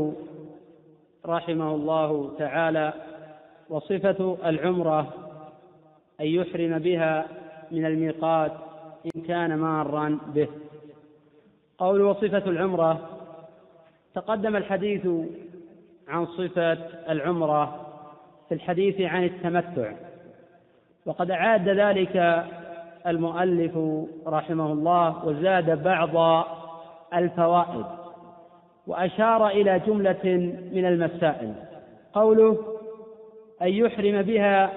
رحمه الله تعالى: وصفة العمرة أن يحرم بها من الميقات إن كان مارا به. قول وصفة العمرة، تقدم الحديث عن صفة العمرة في الحديث عن التمتع، وقد أعاد ذلك المؤلف رحمه الله وزاد بعض الفوائد وأشار إلى جملة من المسائل. قوله أن يحرم بها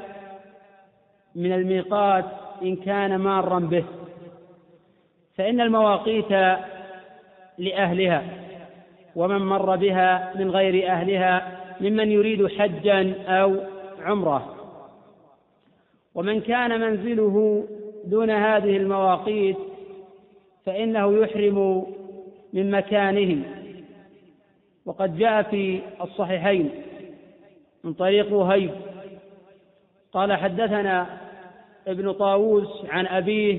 من الميقات إن كان مارا به، فإن المواقيت لأهلها، ومن مر بها من غير أهلها ممن يريد حجا أو عمرة، ومن كان منزله دون هذه المواقيت فإنه يحرم من مكانه. وقد جاء في الصحيحين من طريق وهيب قال: حدثنا ابن طاووس عن أبيه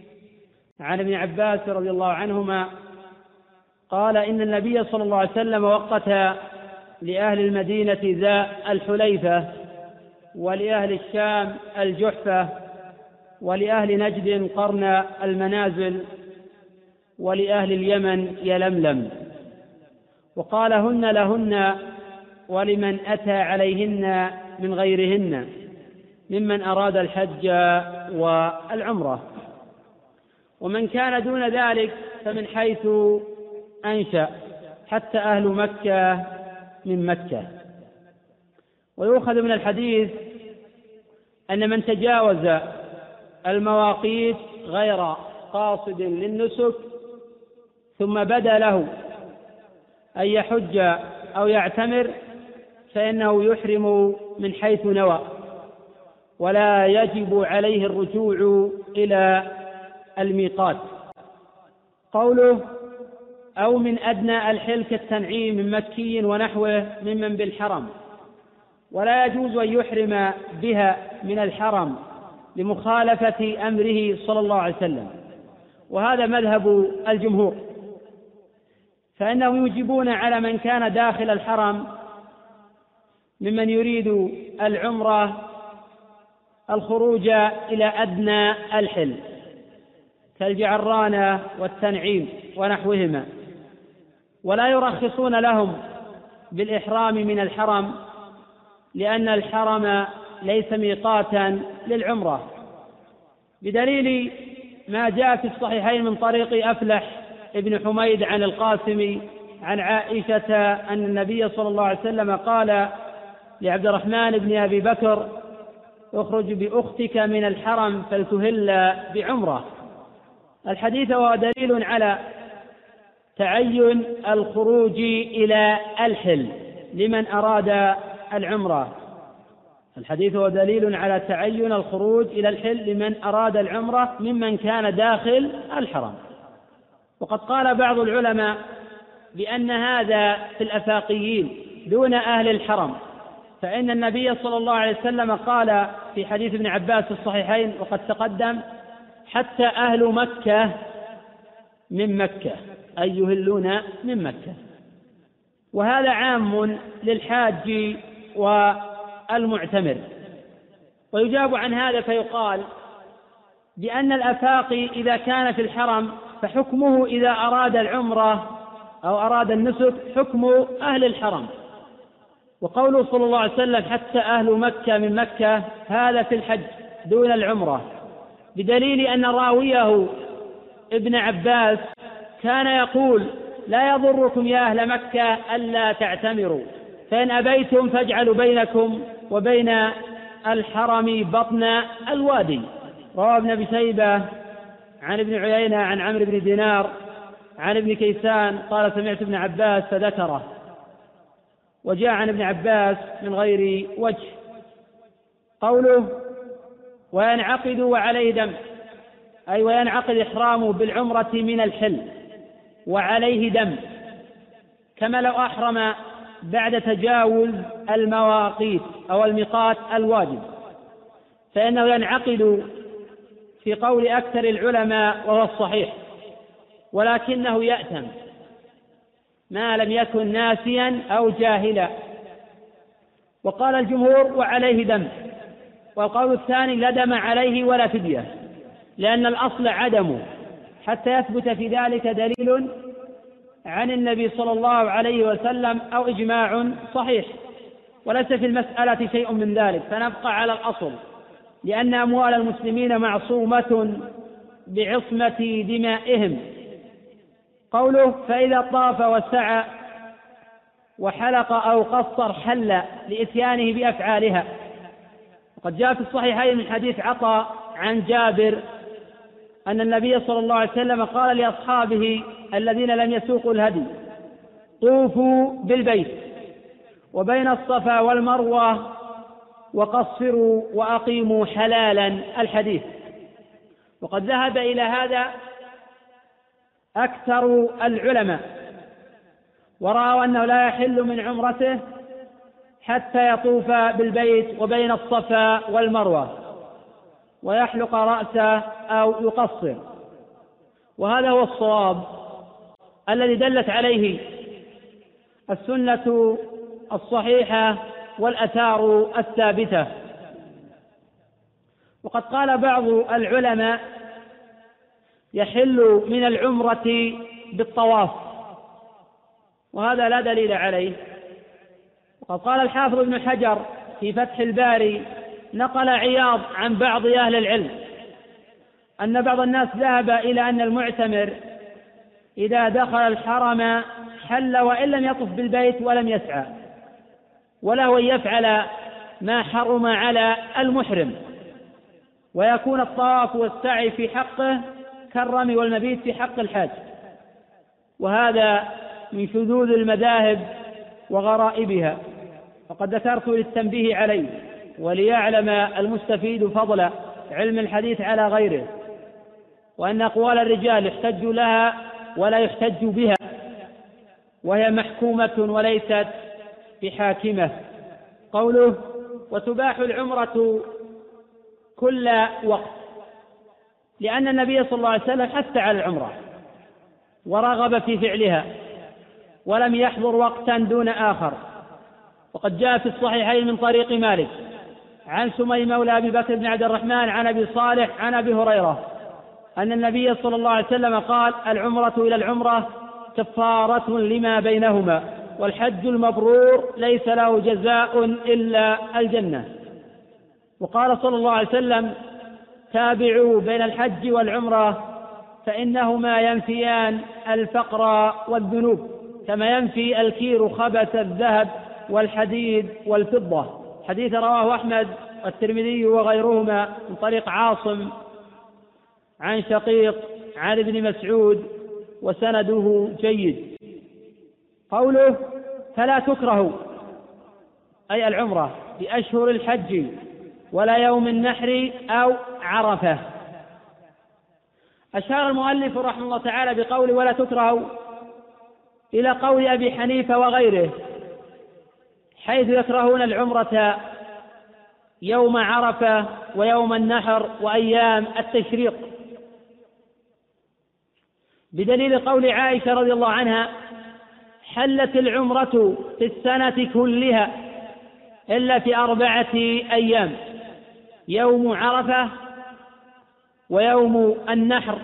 عن ابن عباس رضي الله عنهما قال: إن النبي صلى الله عليه وسلم وقت لأهل المدينة ذا الحليفة، ولأهل الشام الجحفة، ولأهل نجد قرن المنازل، ولأهل اليمن يلملم، وقال: هن لهن ولمن أتى عليهن من غيرهن ممن أراد الحج والعمرة. ومن كان دون ذلك فمن حيث أنشأ، حتى أهل مكة من مكة. ويؤخذ من الحديث أن من تجاوز المواقيت غير قاصد للنسك ثم بدا له أن يحج أو يعتمر فإنه يحرم من حيث نوى، ولا يجب عليه الرجوع إلى الميقات. قوله أو من أدنى الحل كالتنعيم من مكي ونحوه ممن بالحرم، ولا يجوز أن يحرم بها من الحرم لمخالفة أمره صلى الله عليه وسلم، وهذا مذهب الجمهور، فإنهم يوجبون على من كان داخل الحرم ممن يريد العمرة الخروج إلى أدنى الحل كالجعرانة والتنعيم ونحوهما، ولا يرخصون لهم بالإحرام من الحرم، لأن الحرم ليس ميقاتا للعمرة، بدليل ما جاء في الصحيحين من طريق أفلح ابن حميد عن القاسم عن عائشة أن النبي صلى الله عليه وسلم قال لعبد الرحمن بن أبي بكر: اخرج بأختك من الحرم فلتهل بعمرة. الحديث هو دليل على تعين الخروج إلى الحل لمن أراد العمرة. الحديث هو دليل على تعين الخروج إلى الحل لمن أراد العمرة ممن كان داخل الحرم. وقد قال بعض العلماء بأن هذا في الأفاقيين دون أهل الحرم، فإن النبي صلى الله عليه وسلم قال في حديث ابن عباس في الصحيحين وقد تقدم: حتى أهل مكة من مكة، أي يهلون من مكة. وهذا عام للحاج والمعتمر. ويجاب عن هذا فيقال بأن الأفاقي إذا كان في الحرم فحكمه إذا أراد العمرة أو أراد النسك حكم أهل الحرم. وقوله صلى الله عليه وسلم: حتى أهل مكة من مكة، هذا في الحج دون العمرة، بدليل أن راويه ابن عباس كان يقول: لا يضركم يا أهل مكة ألا تعتمروا، فإن أبيتم فاجعلوا بينكم وبين الحرم بطن الوادي. رواه ابن أبي شيبة عن ابن عيينة عن عمرو بن دينار عن ابن كيسان قال: سمعت ابن عباس فذكره. وجاء عن ابن عباس من غير وجه. قوله وينعقد وعليه دم، أي وينعقد إحرامه بالعمرة من الحل وعليه دم، كما لو أحرم بعد تجاوز المواقيت أو الميقات الواجب، فإنه ينعقد في قول أكثر العلماء وهو الصحيح، ولكنه يأثم ما لم يكن ناسيا أو جاهلا. وقال الجمهور وعليه دم، والقول الثاني لا دم عليه ولا فدية، لأن الأصل عدمه حتى يثبت في ذلك دليل عن النبي صلى الله عليه وسلم أو إجماع صحيح، وليس في المسألة شيء من ذلك، فنبقى على الأصل، لأن أموال المسلمين معصومة بعصمة دمائهم. قوله فإذا طاف وسعى وحلق أو قصر حل لإتيانه بأفعالها. وقد جاء في الصحيحين من حديث عطاء عن جابر أن النبي صلى الله عليه وسلم قال لأصحابه الذين لم يسوقوا الهدي: طوفوا بالبيت وبين الصفا والمروة وقصروا وأقيموا حلالا، الحديث. وقد ذهب إلى هذا أكثر العلماء، ورأوا أنه لا يحل من عمرته حتى يطوف بالبيت وبين الصفا والمروة ويحلق رأسه أو يقصر، وهذا هو الصواب الذي دلت عليه السنة الصحيحة والآثار الثابتة. وقد قال بعض العلماء يحل من العمرة بالطواف، وهذا لا دليل عليه. وقد قال الحافظ ابن حجر في فتح الباري نقل عياض عن بعض أهل العلم أن بعض الناس ذهب إلى أن المعتمر إذا دخل الحرم حل وإن لم يطف بالبيت ولم يسعى، وله أن يفعل ما حرم على المحرم، ويكون الطواف والسعي في حقه كالرمي والمبيت في حق الحاج. وهذا من شذوذ المذاهب وغرائبها، وقد ذكرت للتنبيه عليه وليعلم المستفيد فضل علم الحديث على غيره، وأن أقوال الرجال يحتج لها ولا يحتج بها، وهي محكومة وليست بحاكمة. قوله وتباح العمرة كل وقت، لأن النبي صلى الله عليه وسلم حث على العمرة ورغب في فعلها ولم يحضر وقتا دون آخر. وقد جاء في الصحيحين من طريق مالك عن سمي مولى أبي بكر بن عبد الرحمن عن أبي صالح عن أبي هريرة أن النبي صلى الله عليه وسلم قال: العمرة إلى العمرة كفارة لما بينهما، والحج المبرور ليس له جزاء إلا الجنة. وقال صلى الله عليه وسلم: تابعوا بين الحج والعمرة فإنهما ينفيان الفقر والذنوب كما ينفي الكير خبث الذهب والحديد والفضة. حديث رواه أحمد والترمذي وغيرهما من طريق عاصم عن شقيق عن ابن مسعود وسنده جيد. قوله فلا تكره أي العمرة بأشهر الحج ولا يوم النحر أو عرفة. أشار المؤلف رحمه الله تعالى بقوله ولا تكره إلى قول أبي حنيفة وغيره، حيث يكرهون العمرة يوم عرفة ويوم النحر وأيام التشريق، بدليل قول عائشة رضي الله عنها: حلت العمرة في السنة كلها إلا في أربعة أيام، يوم عرفة ويوم النحر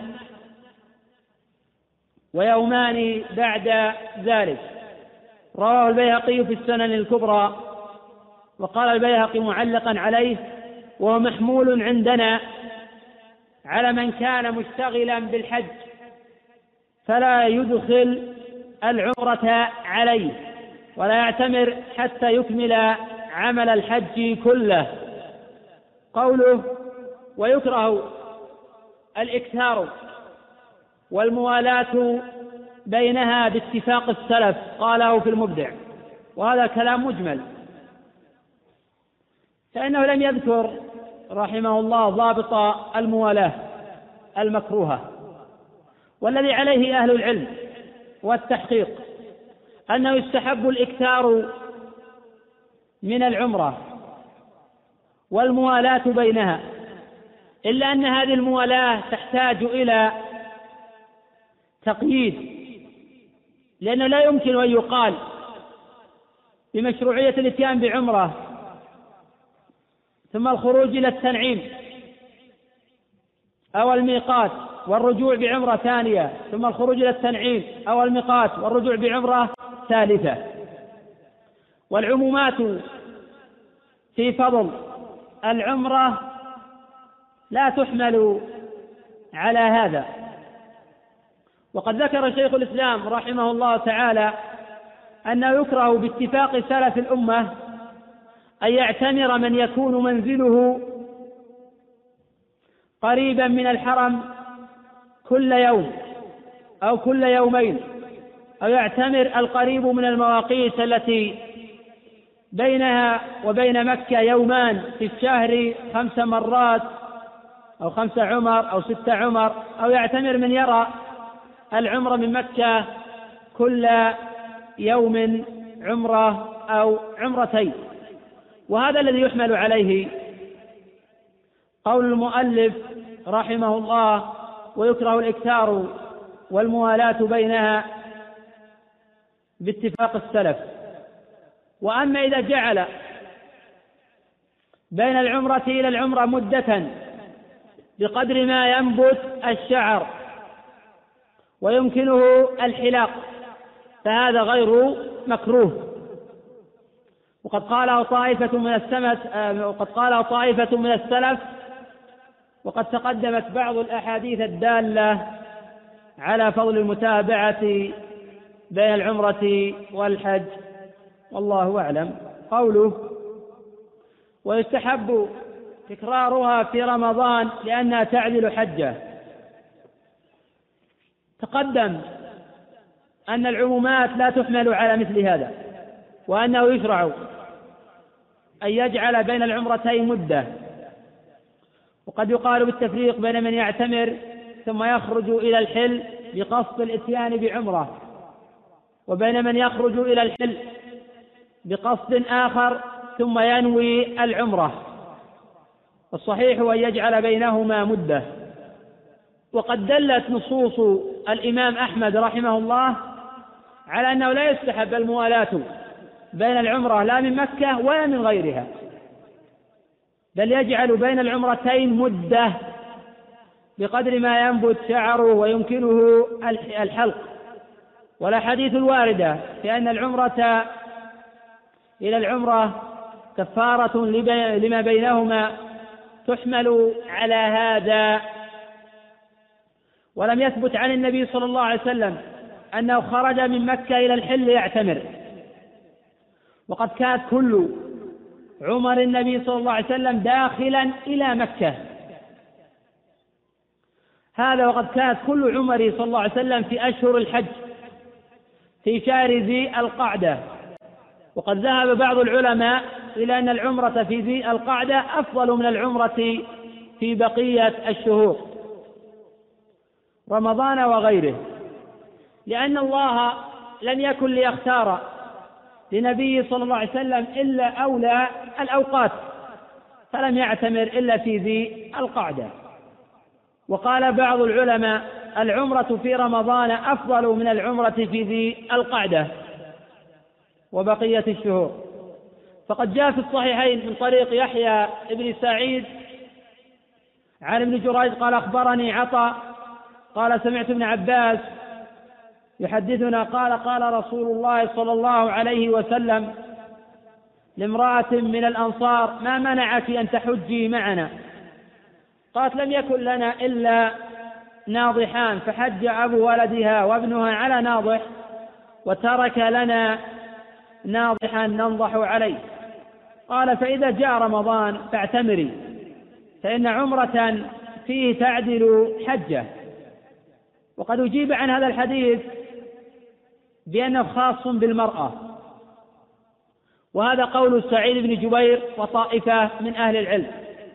ويومان بعد ذلك. رواه البيهقي في السنن الكبرى. وقال البيهقي معلقا عليه: وهو محمول عندنا على من كان مشتغلا بالحج فلا يدخل العمرة عليه ولا يعتمر حتى يكمل عمل الحج كله. قوله ويكره الإكثار والموالاة بينها باتفاق السلف، قاله في المبدع، وهذا كلام مجمل، فإنه لم يذكر رحمه الله ضابط الموالاة المكروهة. والذي عليه أهل العلم والتحقيق أنه يستحب الإكثار من العمرة والموالاة بينها، إلا أن هذه الموالاة تحتاج إلى تقييد، لأنه لا يمكن أن يقال بمشروعية الاتيان بعمرة ثم الخروج إلى التنعيم أو الميقات والرجوع بعمرة ثانية ثم الخروج إلى التنعيم أو الميقات والرجوع بعمرة ثالثة. والعمومات في فضل العمرة لا تحمل على هذا. وقد ذكر شيخ الإسلام رحمه الله تعالى أنه يكره باتفاق سلف الأمة أن يعتمر من يكون منزله قريبا من الحرم كل يوم أو كل يومين، أو يعتمر القريب من المواقيت التي بينها وبين مكة يومان في الشهر خمس مرات أو خمس عمر أو ست عمر، أو يعتمر من يرى العمرة من مكة كل يوم عمرة أو عمرتين. وهذا الذي يحمل عليه قول المؤلف رحمه الله: ويكره الإكثار والموالاة بينها باتفاق السلف. وأما إذا جعل بين العمرة إلى العمرة مدة بقدر ما ينبت الشعر ويمكنه الحلاق فهذا غير مكروه. وقد قاله طائفة من السلف وقد قاله طائفة من السلف وقد تقدمت بعض الأحاديث الدالة على فضل المتابعة بين العمرة والحج، والله أعلم. قوله: ويستحب تكرارها في رمضان لأنها تعدل حجة. تقدم أن العمومات لا تحمل على مثل هذا، وأنه يشرع أن يجعل بين العمرتين مدة. وقد يقال بالتفريق بين من يعتمر ثم يخرج إلى الحل بقصد الإتيان بعمرة، وبين من يخرج إلى الحل بقصد آخر ثم ينوي العمرة. والصحيح أن يجعل بينهما مدة. وقد دلت نصوص الإمام أحمد رحمه الله على أنه لا يستحب الموالاة بين العمرة لا من مكة ولا من غيرها، بل يجعل بين العمرتين مدة بقدر ما ينبت شعره ويمكنه الحلق. والأحاديث الواردة في أن العمرة إلى العمرة كفارة لما بينهما تحمل على هذا. ولم يثبت عن النبي صلى الله عليه وسلم أنه خرج من مكة إلى الحل يعتمر، وقد كانت كل عمر النبي صلى الله عليه وسلم داخلا إلى مكة. هذا وقد كانت كل عمر صلى الله عليه وسلم في أشهر الحج في شهر ذي القعدة. وقد ذهب بعض العلماء إلى أن العمرة في ذي القعدة أفضل من العمرة في بقية الشهور رمضان وغيره، لأن الله لم يكن ليختار لنبيه صلى الله عليه وسلم إلا أولى الأوقات، فلم يعتمر إلا في ذي القعدة. وقال بعض العلماء: العمرة في رمضان أفضل من العمرة في ذي القعدة وبقية الشهور. فقد جاء في الصحيحين من طريق يحيى بن سعيد عن ابن جريج قال: أخبرني عطاء قال: سمعت ابن عباس يحدثنا قال: قال رسول الله صلى الله عليه وسلم لامرأة من الأنصار: ما منعك أن تحجي معنا؟ قالت: لم يكن لنا إلا ناضحان، فحج أبو ولدها وابنها على ناضح، وترك لنا ناضحا ننضح عليه. قال: فإذا جاء رمضان فاعتمري، فإن عمرة فيه تعدل حجة. وقد أجيب عن هذا الحديث بأنه خاص بالمرأة، وهذا قول سعيد بن جبير وطائفة من أهل العلم.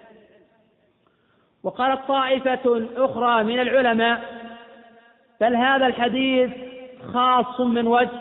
وقالت طائفة أخرى من العلماء: بل هذا الحديث خاص من وجه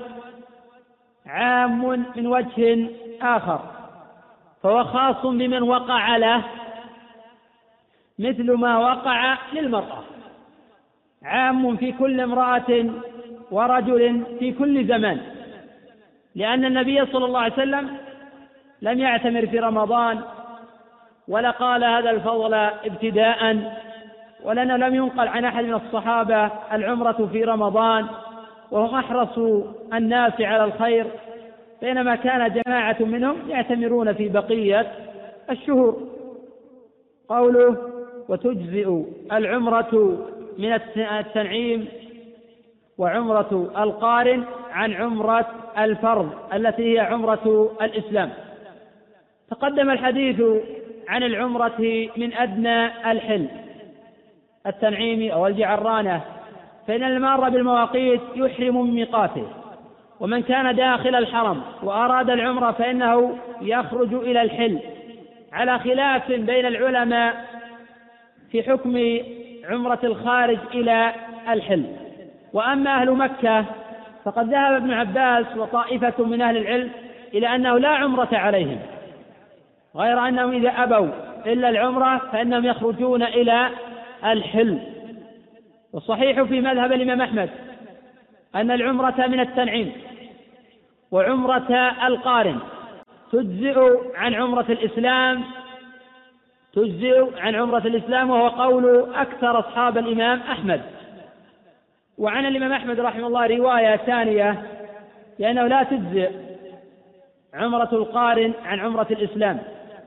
عام من وجه آخر، فهو خاص بمن وقع له مثل ما وقع للمرأة. عام في كل امرأة ورجل في كل زمان، لأن النبي صلى الله عليه وسلم لم يعتمر في رمضان ولا قال هذا الفضل ابتداء، ولأنه لم ينقل عن أحد من الصحابة العمرة في رمضان وهم أحرص الناس على الخير، بينما كان جماعة منهم يعتمرون في بقية الشهور. قوله وتجزئ العمرة من التنعيم وعمرة القارن عن عمرة الفرض التي هي عمرة الإسلام. تقدم الحديث عن العمرة من أدنى الحل التنعيم أو الجعرانة، فإن المار بالمواقيت يحرم من ميقاته، ومن كان داخل الحرم وأراد العمرة فإنه يخرج إلى الحل، على خلاف بين العلماء في حكم عمرة الخارج إلى الحل. وأما أهل مكة فقد ذهب ابن عباس وطائفة من أهل العلم إلى أنه لا عمرة عليهم، غير أنهم إذا أبوا إلا العمرة فإنهم يخرجون إلى الحل. والصحيح في مذهب الإمام أحمد أن العمرة من التنعيم وعمرة القارن تجزئ عن عمرة الإسلام تجزئ عن عمرة الإسلام وهو قول أكثر أصحاب الإمام أحمد. وعن الإمام أحمد رحمه الله رواية ثانية لأنه لا تجزئ عمرة القارن عن عمرة الإسلام،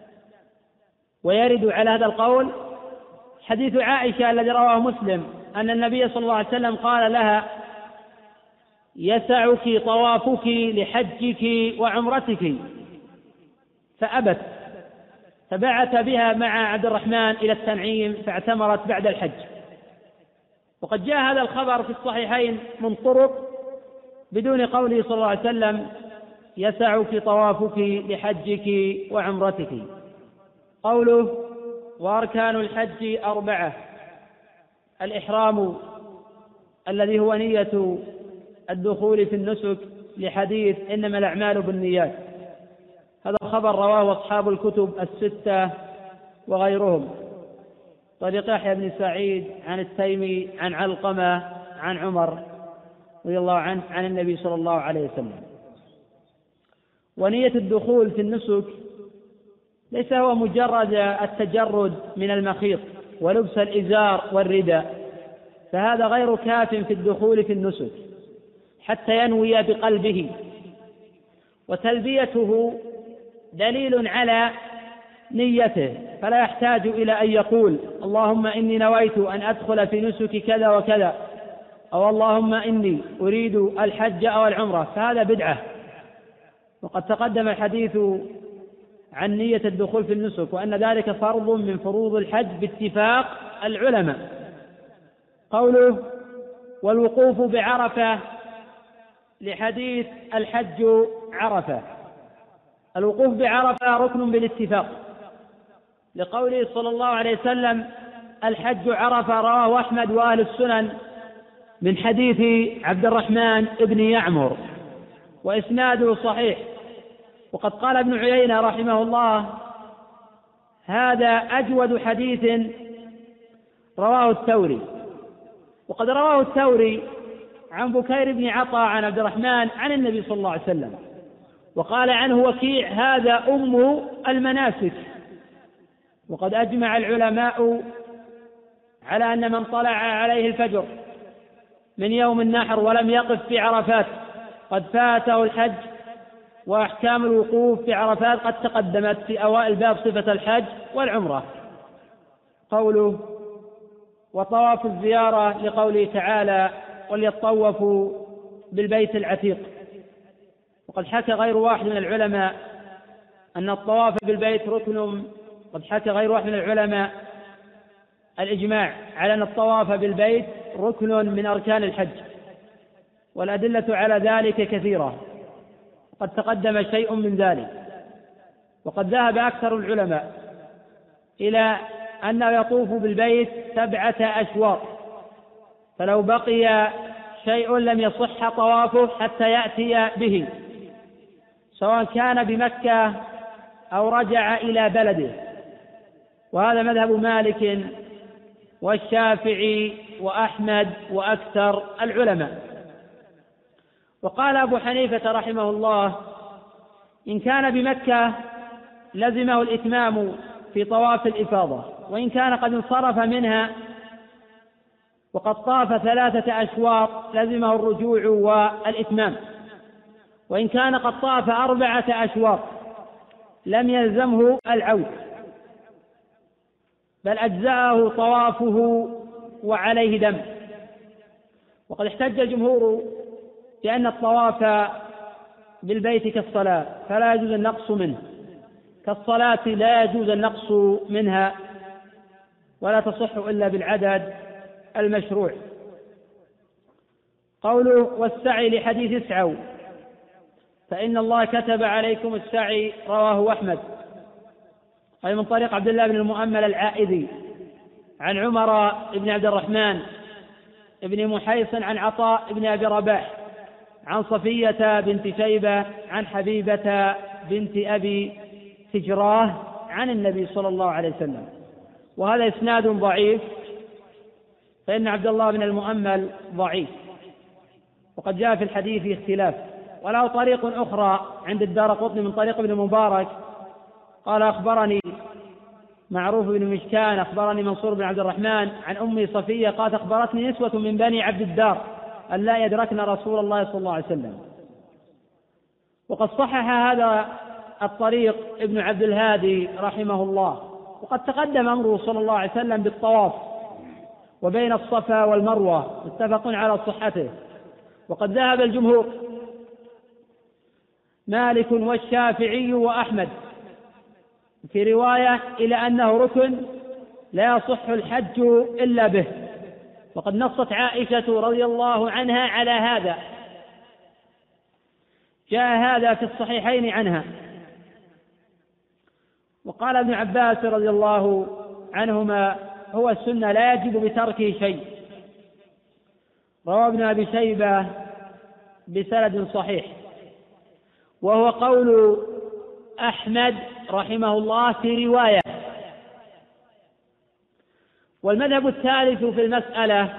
ويرد على هذا القول حديث عائشة الذي رواه مسلم أن النبي صلى الله عليه وسلم قال لها يسعك طوافك لحجك وعمرتك، فأبت، فبعث بها مع عبد الرحمن إلى التنعيم فاعتمرت بعد الحج. وقد جاء هذا الخبر في الصحيحين من طرق بدون قوله صلى الله عليه وسلم يسعك طوافك لحجك وعمرتك. قوله وأركان الحج أربعة: الإحرام الذي هو نية الدخول في النسك لحديث إنما الأعمال بالنيات، هذا الخبر رواه أصحاب الكتب الستة وغيرهم، طريق يحيى بن سعيد عن التيمي عن علقمة عن عمر رضي الله عنه عن النبي صلى الله عليه وسلم. ونية الدخول في النسك ليس هو مجرد التجرد من المخيط ولبس الإزار والرداء، فهذا غير كاف في الدخول في النسك حتى ينوي بقلبه، وتلبيته دليل على نيته، فلا يحتاج إلى أن يقول اللهم إني نويت أن أدخل في نسك كذا وكذا، أو اللهم إني أريد الحج أو العمرة، فهذا بدعة. وقد تقدم الحديث عن نية الدخول في النسك وأن ذلك فرض من فروض الحج باتفاق العلماء. قوله والوقوف بعرفة لحديث الحج عرفة، الوقوف بعرفة ركن بالاتفاق لقوله صلى الله عليه وسلم الحج عرفة، رواه أحمد وأهل السنن من حديث عبد الرحمن بن يعمر وإسناده صحيح. وقد قال ابن عيينة رحمه الله هذا أجود حديث رواه الثوري. وقد رواه الثوري عن بكير بن عطاء عن عبد الرحمن عن النبي صلى الله عليه وسلم، وقال عنه وكيع هذا أم المناسك. وقد أجمع العلماء على أن من طلع عليه الفجر من يوم النحر ولم يقف في عرفات قد فاته الحج، وأحكام الوقوف في عرفات قد تقدمت في أوائل باب صفة الحج والعمرة. قوله وطواف الزيارة لقوله تعالى وليطوفوا بالبيت العتيق. وقد حكى غير واحد من العلماء أن الطواف بالبيت ركن، قد حكى غير واحد من العلماء الإجماع على أن الطواف بالبيت ركن من أركان الحج، والأدلة على ذلك كثيرة، قد تقدم شيء من ذلك. وقد ذهب أكثر العلماء إلى أنه يطوف بالبيت سبعة أشواط، فلو بقي شيء لم يصح طوافه حتى يأتي به، سواء كان بمكة أو رجع إلى بلده. وهذا مذهب مالك والشافعي وأحمد وأكثر العلماء. وقال أبو حنيفة رحمه الله: إن كان بمكة لزمه الإتمام في طواف الإفاضة، وإن كان قد انصرف منها وقد طاف ثلاثة أشواط لزمه الرجوع والإتمام، وإن كان قد طاف أربعة أشواط لم يلزمه العود، بل أجزأه طوافه وعليه دم. وقد احتج الجمهور بأن الطواف بالبيت كالصلاة فلا يجوز النقص منه، كالصلاة لا يجوز النقص منها، ولا تصح إلا بالعدد المشروع. قوله: والسعي لحديث اسعوا فإن الله كتب عليكم السعي، رواه أحمد، أي من طريق عبد الله بن المؤمل العائذي عن عمر بن عبد الرحمن بن محيصن عن عطاء بن أبي رباح عن صفية بنت شيبة عن حبيبة بنت أبي تجراه عن النبي صلى الله عليه وسلم. وهذا إسناد ضعيف، فإن عبد الله بن المؤمل ضعيف، وقد جاء في الحديث اختلاف. وله طريق أخرى عند الدارقطني من طريق ابن مبارك قال: أخبرني معروف بن مشكان أخبرني منصور بن عبد الرحمن عن أمي صفية قالت: أخبرتني نسوة من بني عبد الدار أن لا يدركن رسول الله صلى الله عليه وسلم. وقد صحح هذا الطريق ابن عبد الهادي رحمه الله. وقد تقدم أمره صلى الله عليه وسلم بالطواف وبين الصفا والمروة، متفق على صحته. وقد ذهب الجمهور مالك والشافعي وأحمد في رواية إلى أنه ركن لا يصح الحج إلا به، وقد نصت عائشة رضي الله عنها على هذا، جاء هذا في الصحيحين عنها. وقال ابن عباس رضي الله عنهما: هو السنة لا يجب بتركه شيء، رواه ابن أبي شيبة بسند صحيح. وهو قول أحمد رحمه الله في رواية. والمذهب الثالث في المسألة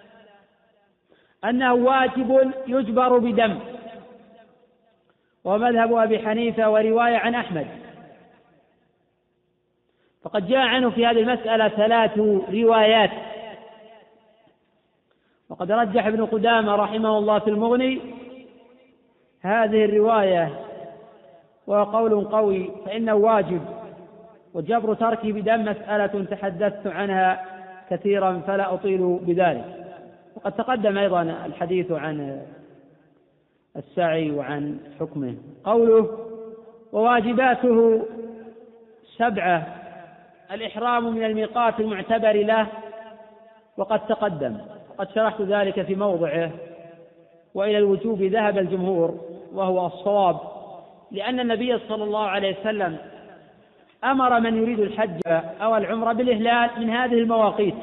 أنه واجب يجبر بدم، ومذهب أبي حنيفة ورواية عن أحمد. فقد جاء عنه في هذه المسألة ثلاث روايات. وقد رجح ابن قدامة رحمه الله في المغني هذه الرواية، وهو قول قوي، فإنه واجب، وجبر تركه بدم مسألة تحدثت عنها كثيرا فلا أطيل بذلك. وقد تقدم أيضا الحديث عن السعي وعن حكمه. قوله: وواجباته سبعة: الإحرام من الميقات المعتبر له، وقد تقدم، وقد شرحت ذلك في موضعه. وإلى الوجوب ذهب الجمهور، وهو الصواب، لأن النبي صلى الله عليه وسلم أمر من يريد الحج أو العمرة بالإهلال من هذه المواقيت.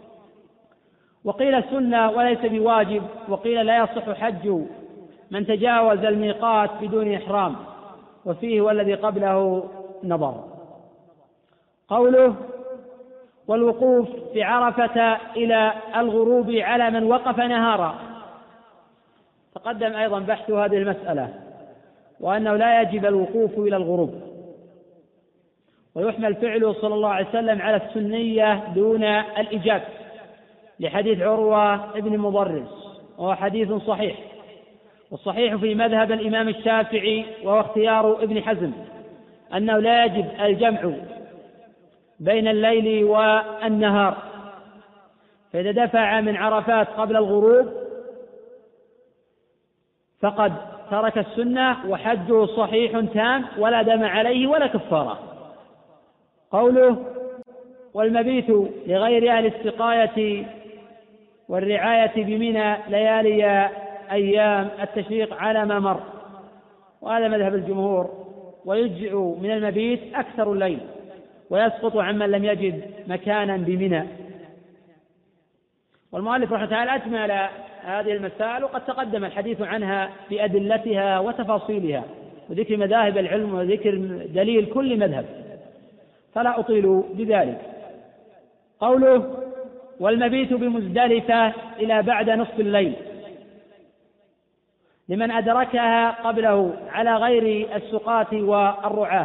وقيل سنة وليس بواجب، وقيل لا يصح حج من تجاوز الميقات بدون إحرام، وفيه والذي قبله نظر. قوله: والوقوف في عرفة إلى الغروب على من وقف نهارا، تقدم أيضا بحث هذه المسألة، وأنه لا يجب الوقوف إلى الغروب. ويحمل فعله صلى الله عليه وسلم على السنية دون الإجابة، لحديث عروة ابن مضرس، وهو حديث صحيح. والصحيح في مذهب الإمام الشافعي وهو اختيار ابن حزم أنه لا يجب الجمع بين الليل والنهار، فإذا دفع من عرفات قبل الغروب فقد ترك السنة وحجه صحيح تام ولا دم عليه ولا كفارة. قوله: والمبيت لغير أهل السقاية والرعاية بمنى ليالي أيام التشريق على ما مر، وهذا مذهب الجمهور. ويجزئ من المبيت أكثر الليل، ويسقط عمن لم يجد مكانا بمنى. والمؤلف رحمه الله تعالى أجمل هذه المسائل، وقد تقدم الحديث عنها بأدلتها وتفاصيلها وذكر مذاهب العلم وذكر دليل كل مذهب، فلا أطيل بذلك. قوله: والمبيت بمزدلفة إلى بعد نصف الليل لمن أدركها قبله على غير السقاة والرعاة.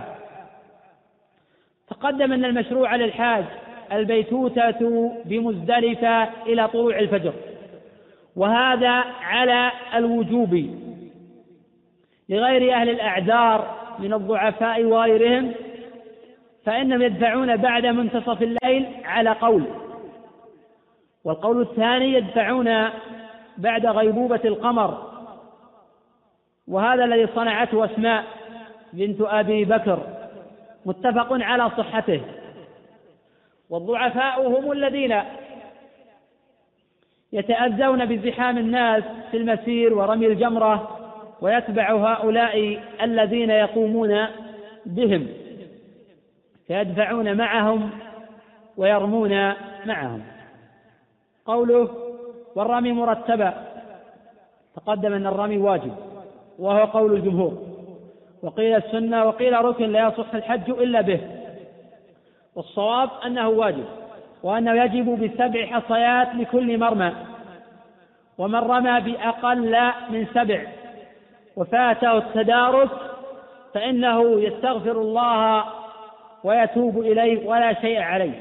تقدم أن المشروع للحاج البيتوتة بمزدلفة إلى طلوع الفجر، وهذا على الوجوب لغير أهل الأعذار من الضعفاء وغيرهم، فإنهم يدفعون بعد منتصف الليل على قول، والقول الثاني يدفعون بعد غيبوبة القمر، وهذا الذي صنعته أسماء بنت أبي بكر متفق على صحته. والضعفاء هم الذين يتأذون بزحام الناس في المسير ورمي الجمرة، ويتبع هؤلاء الذين يقومون بهم فيدفعون معهم ويرمون معهم. قوله والرمي مرتبا، تقدم أن الرمي واجب وهو قول الجمهور، وقيل السنة وقيل ركن لا يصح الحج إلا به، والصواب أنه واجب، وأنه يجب بسبع حصيات لكل مرمى، ومن رمى بأقل من سبع وفاته التدارك فإنه يستغفر الله ويتوب إليه ولا شيء عليه.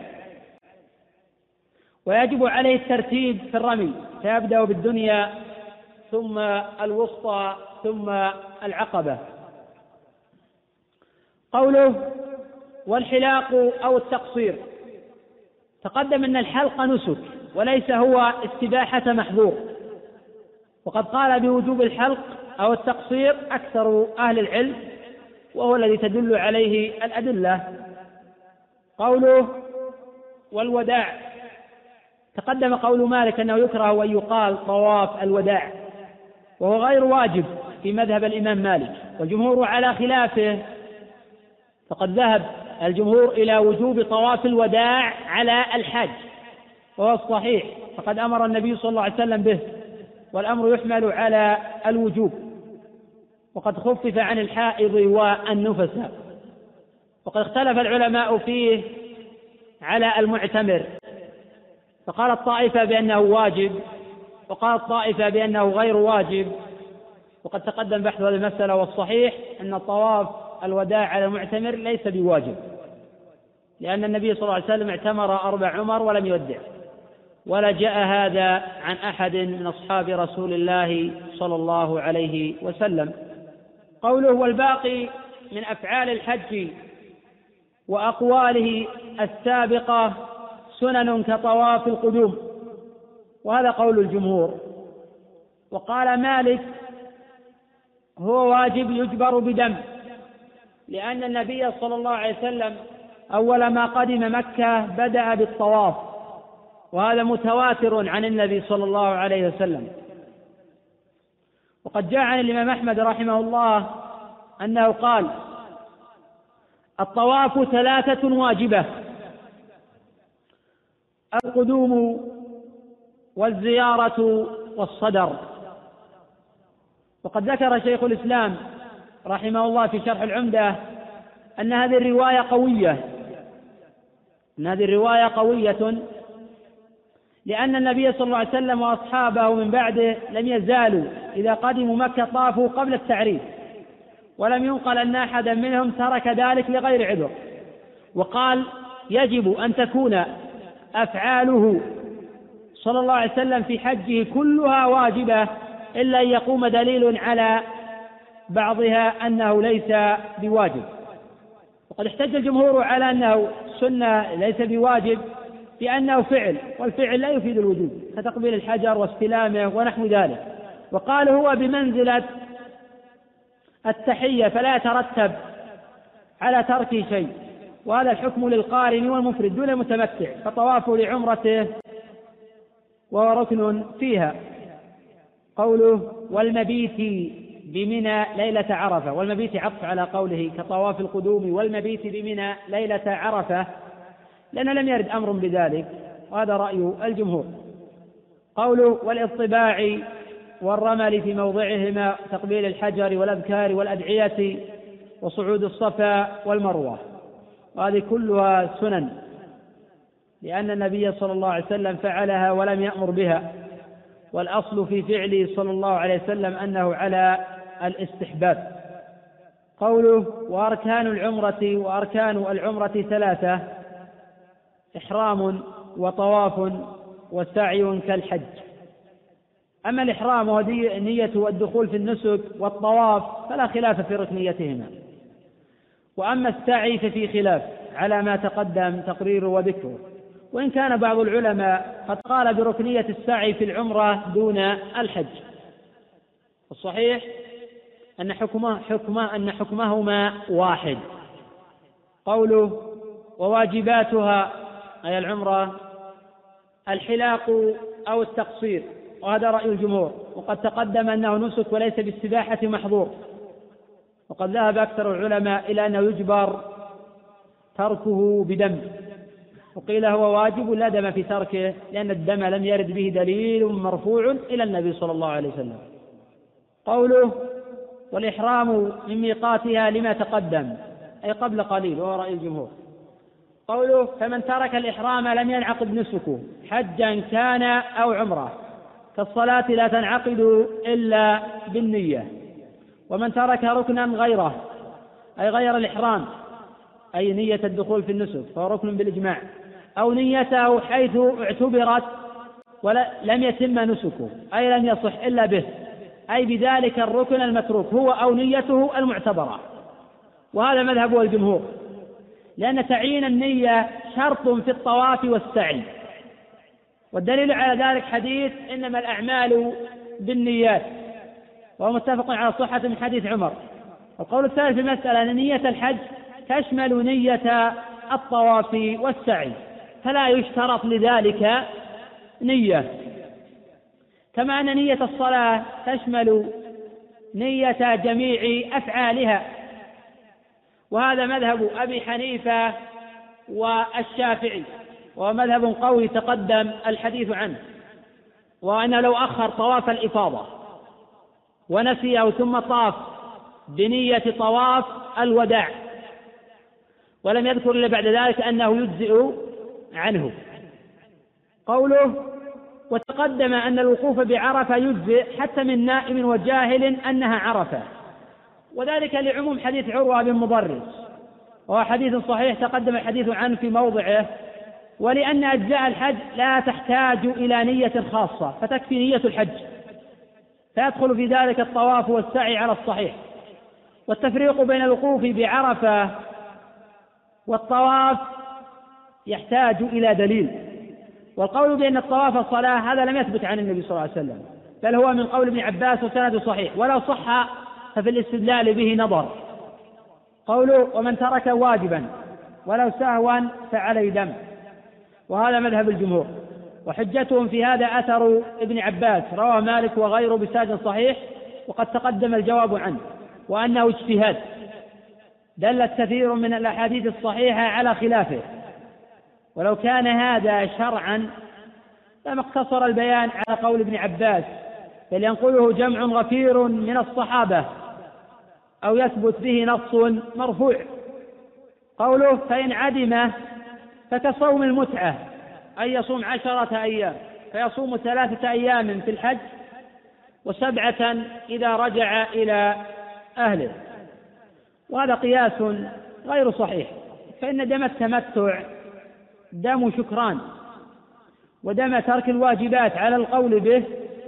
ويجب عليه الترتيب في الرمي، فيبدأ بالدنيا ثم الوسطى ثم العقبة. قوله والحلاق أو التقصير، تقدم أن الحلق نسك وليس هو استباحة محظور، وقد قال بوجوب الحلق أو التقصير أكثر أهل العلم، وهو الذي تدل عليه الأدلة. قوله والوداع، تقدم قول مالك أنه يكره أن يقال طواف الوداع، وهو غير واجب في مذهب الإمام مالك، والجمهور على خلافه، فقد ذهب الجمهور إلى وجوب طواف الوداع على الحج، وهو الصحيح، فقد أمر النبي صلى الله عليه وسلم به، والأمر يحمل على الوجوب، وقد خفف عن الحائض والنفساء. وقد اختلف العلماء فيه على المعتمر، فقال الطائفة بأنه واجب، وقال الطائفة بأنه غير واجب، وقد تقدم بحث هذه المسألة، والصحيح أن طواف الوداع على المعتمر ليس بواجب، لأن النبي صلى الله عليه وسلم اعتمر أربع عمر ولم يودع، ولا جاء هذا عن أحد من أصحاب رسول الله صلى الله عليه وسلم. قوله والباقي من أفعال الحج وأقواله السابقة سنن كطواف القدوم، وهذا قول الجمهور. وقال مالك هو واجب يجبر بدم، لأن النبي صلى الله عليه وسلم أول ما قدم مكة بدأ بالطواف، وهذا متواتر عن النبي صلى الله عليه وسلم. وقد جاء عن الإمام أحمد رحمه الله أنه قال الطواف ثلاثة واجبة: القدوم والزيارة والصدر. وقد ذكر شيخ الإسلام رحمه الله في شرح العمدة أن هذه الرواية قوية أن هذه الرواية قوية لأن النبي صلى الله عليه وسلم وأصحابه من بعده لم يزالوا إذا قدموا مكة طافوا قبل التعريف، ولم ينقل أن أحدا منهم ترك ذلك لغير عذر. وقال يجب أن تكون أفعاله صلى الله عليه وسلم في حجه كلها واجبة، إلا أن يقوم دليل على بعضها أنه ليس بواجب. وقد احتج الجمهور على أنه سنة ليس بواجب بأنه فعل، والفعل لا يفيد الوجوب كتقبيل الحجر واستلامه ونحو ذلك. وقال هو بمنزلة التحية فلا يترتب على ترك شيء، وهذا الحكم للقارن والمفرد دون المتمتع، فطوافه لعمرته وهو ركن فيها. قوله والمبيت بمنى ليلة عرفة، والمبيت عطف على قوله كطواف القدوم والمبيت بمنى ليلة عرفة، لأن لم يرد أمر بذلك، وهذا رأي الجمهور. قوله والاطباع والرمل في موضعهما، تقبيل الحجر والأذكار والأدعية وصعود الصفا والمروة، وهذه كلها سنن. لأن النبي صلى الله عليه وسلم فعلها ولم يأمر بها، والأصل في فعله صلى الله عليه وسلم أنه على الاستحباب. قوله وأركان العمرة وأركان العمرة ثلاثة: إحرام وطواف وسعي كالحج. أما الإحرام وهو نية الدخول في النسك والطواف فلا خلاف في ركنيتهما، وأما السعي ففي خلاف على ما تقدم تقريره وذكره، وإن كان بعض العلماء قد قال بركنية السعي في العمرة دون الحج. الصحيح أن حكمه حكمه أن حكمهما واحد. قوله وواجباتها أي العمرة الحلاق أو التقصير، وهذا رأي الجمهور، وقد تقدم أنه نسك وليس بالسباحة محظور، وقد ذهب أكثر العلماء إلى أنه يجبر تركه بدم، وقيل هو واجب لا دم في تركه، لأن الدم لم يرد به دليل مرفوع إلى النبي صلى الله عليه وسلم. قوله والإحرام من ميقاتها لما تقدم أي قبل قليل، وهو رأي الجمهور. قوله فمن ترك الإحرام لم ينعقد نسكه حجا كان أو عمره، كالصلاة لا تنعقد إلا بالنية. ومن ترك ركنا غيره أي غير الإحرام أي نية الدخول في النسك فهو ركن بالإجماع، أو نيته حيث اعتبرت ولم يتم نسكه أي لم يصح إلا به، أي بذلك الركن المتروك هو أو نيته المعتبرة. وهذا مذهب الجمهور، لأن تعيين النية شرط في الطواف والسعي، والدليل على ذلك حديث إنما الأعمال بالنيات، وهو متفق على صحة من حديث عمر. القول الثالث في المسألة أن نية الحج تشمل نية الطواف والسعي، فلا يشترط لذلك نية، كما أن نية الصلاة تشمل نية جميع أفعالها. وهذا مذهب أبي حنيفة والشافعي، وهو مذهب قوي تقدم الحديث عنه، وأنه لو أخر طواف الإفاضة ونسيه ثم طاف بنية طواف الوداع ولم يذكر إلا بعد ذلك أنه يجزئ عنه. قوله وتقدم أن الوقوف بعرفة يجزئ حتى من نائم وجاهل أنها عرفة، وذلك لعموم حديث عروة بن مضرس، وهو حديث صحيح تقدم الحديث عنه في موضعه، ولأن أجزاء الحج لا تحتاج إلى نية خاصة فتكفي نية الحج، فيدخل في ذلك الطواف والسعي على الصحيح. والتفريق بين الوقوف بعرفة والطواف يحتاج إلى دليل، والقول بأن الطواف صلاة هذا لم يثبت عن النبي صلى الله عليه وسلم، بل هو من قول ابن عباس وسند صحيح، ولو صح ففي الاستدلال به نظر. قوله ومن ترك واجبا ولو سهوا فعليه دم، وهذا مذهب الجمهور، وحجتهم في هذا أثر ابن عباس رواه مالك وغيره بسند صحيح، وقد تقدم الجواب عنه، وأنه اجتهاد دلت كثير من الأحاديث الصحيحة على خلافه، ولو كان هذا شرعا لما اقتصر البيان على قول ابن عباس، بل ينقله جمع غفير من الصحابة أو يثبت به نص مرفوع. قوله فإن عدمه فكصوم المتعة أن يصوم عشرة أيام، فيصوم ثلاثة أيام في الحج وسبعة إذا رجع إلى أهله، وهذا قياس غير صحيح، فإن دم التمتع دم شكران، ودم ترك الواجبات على القول به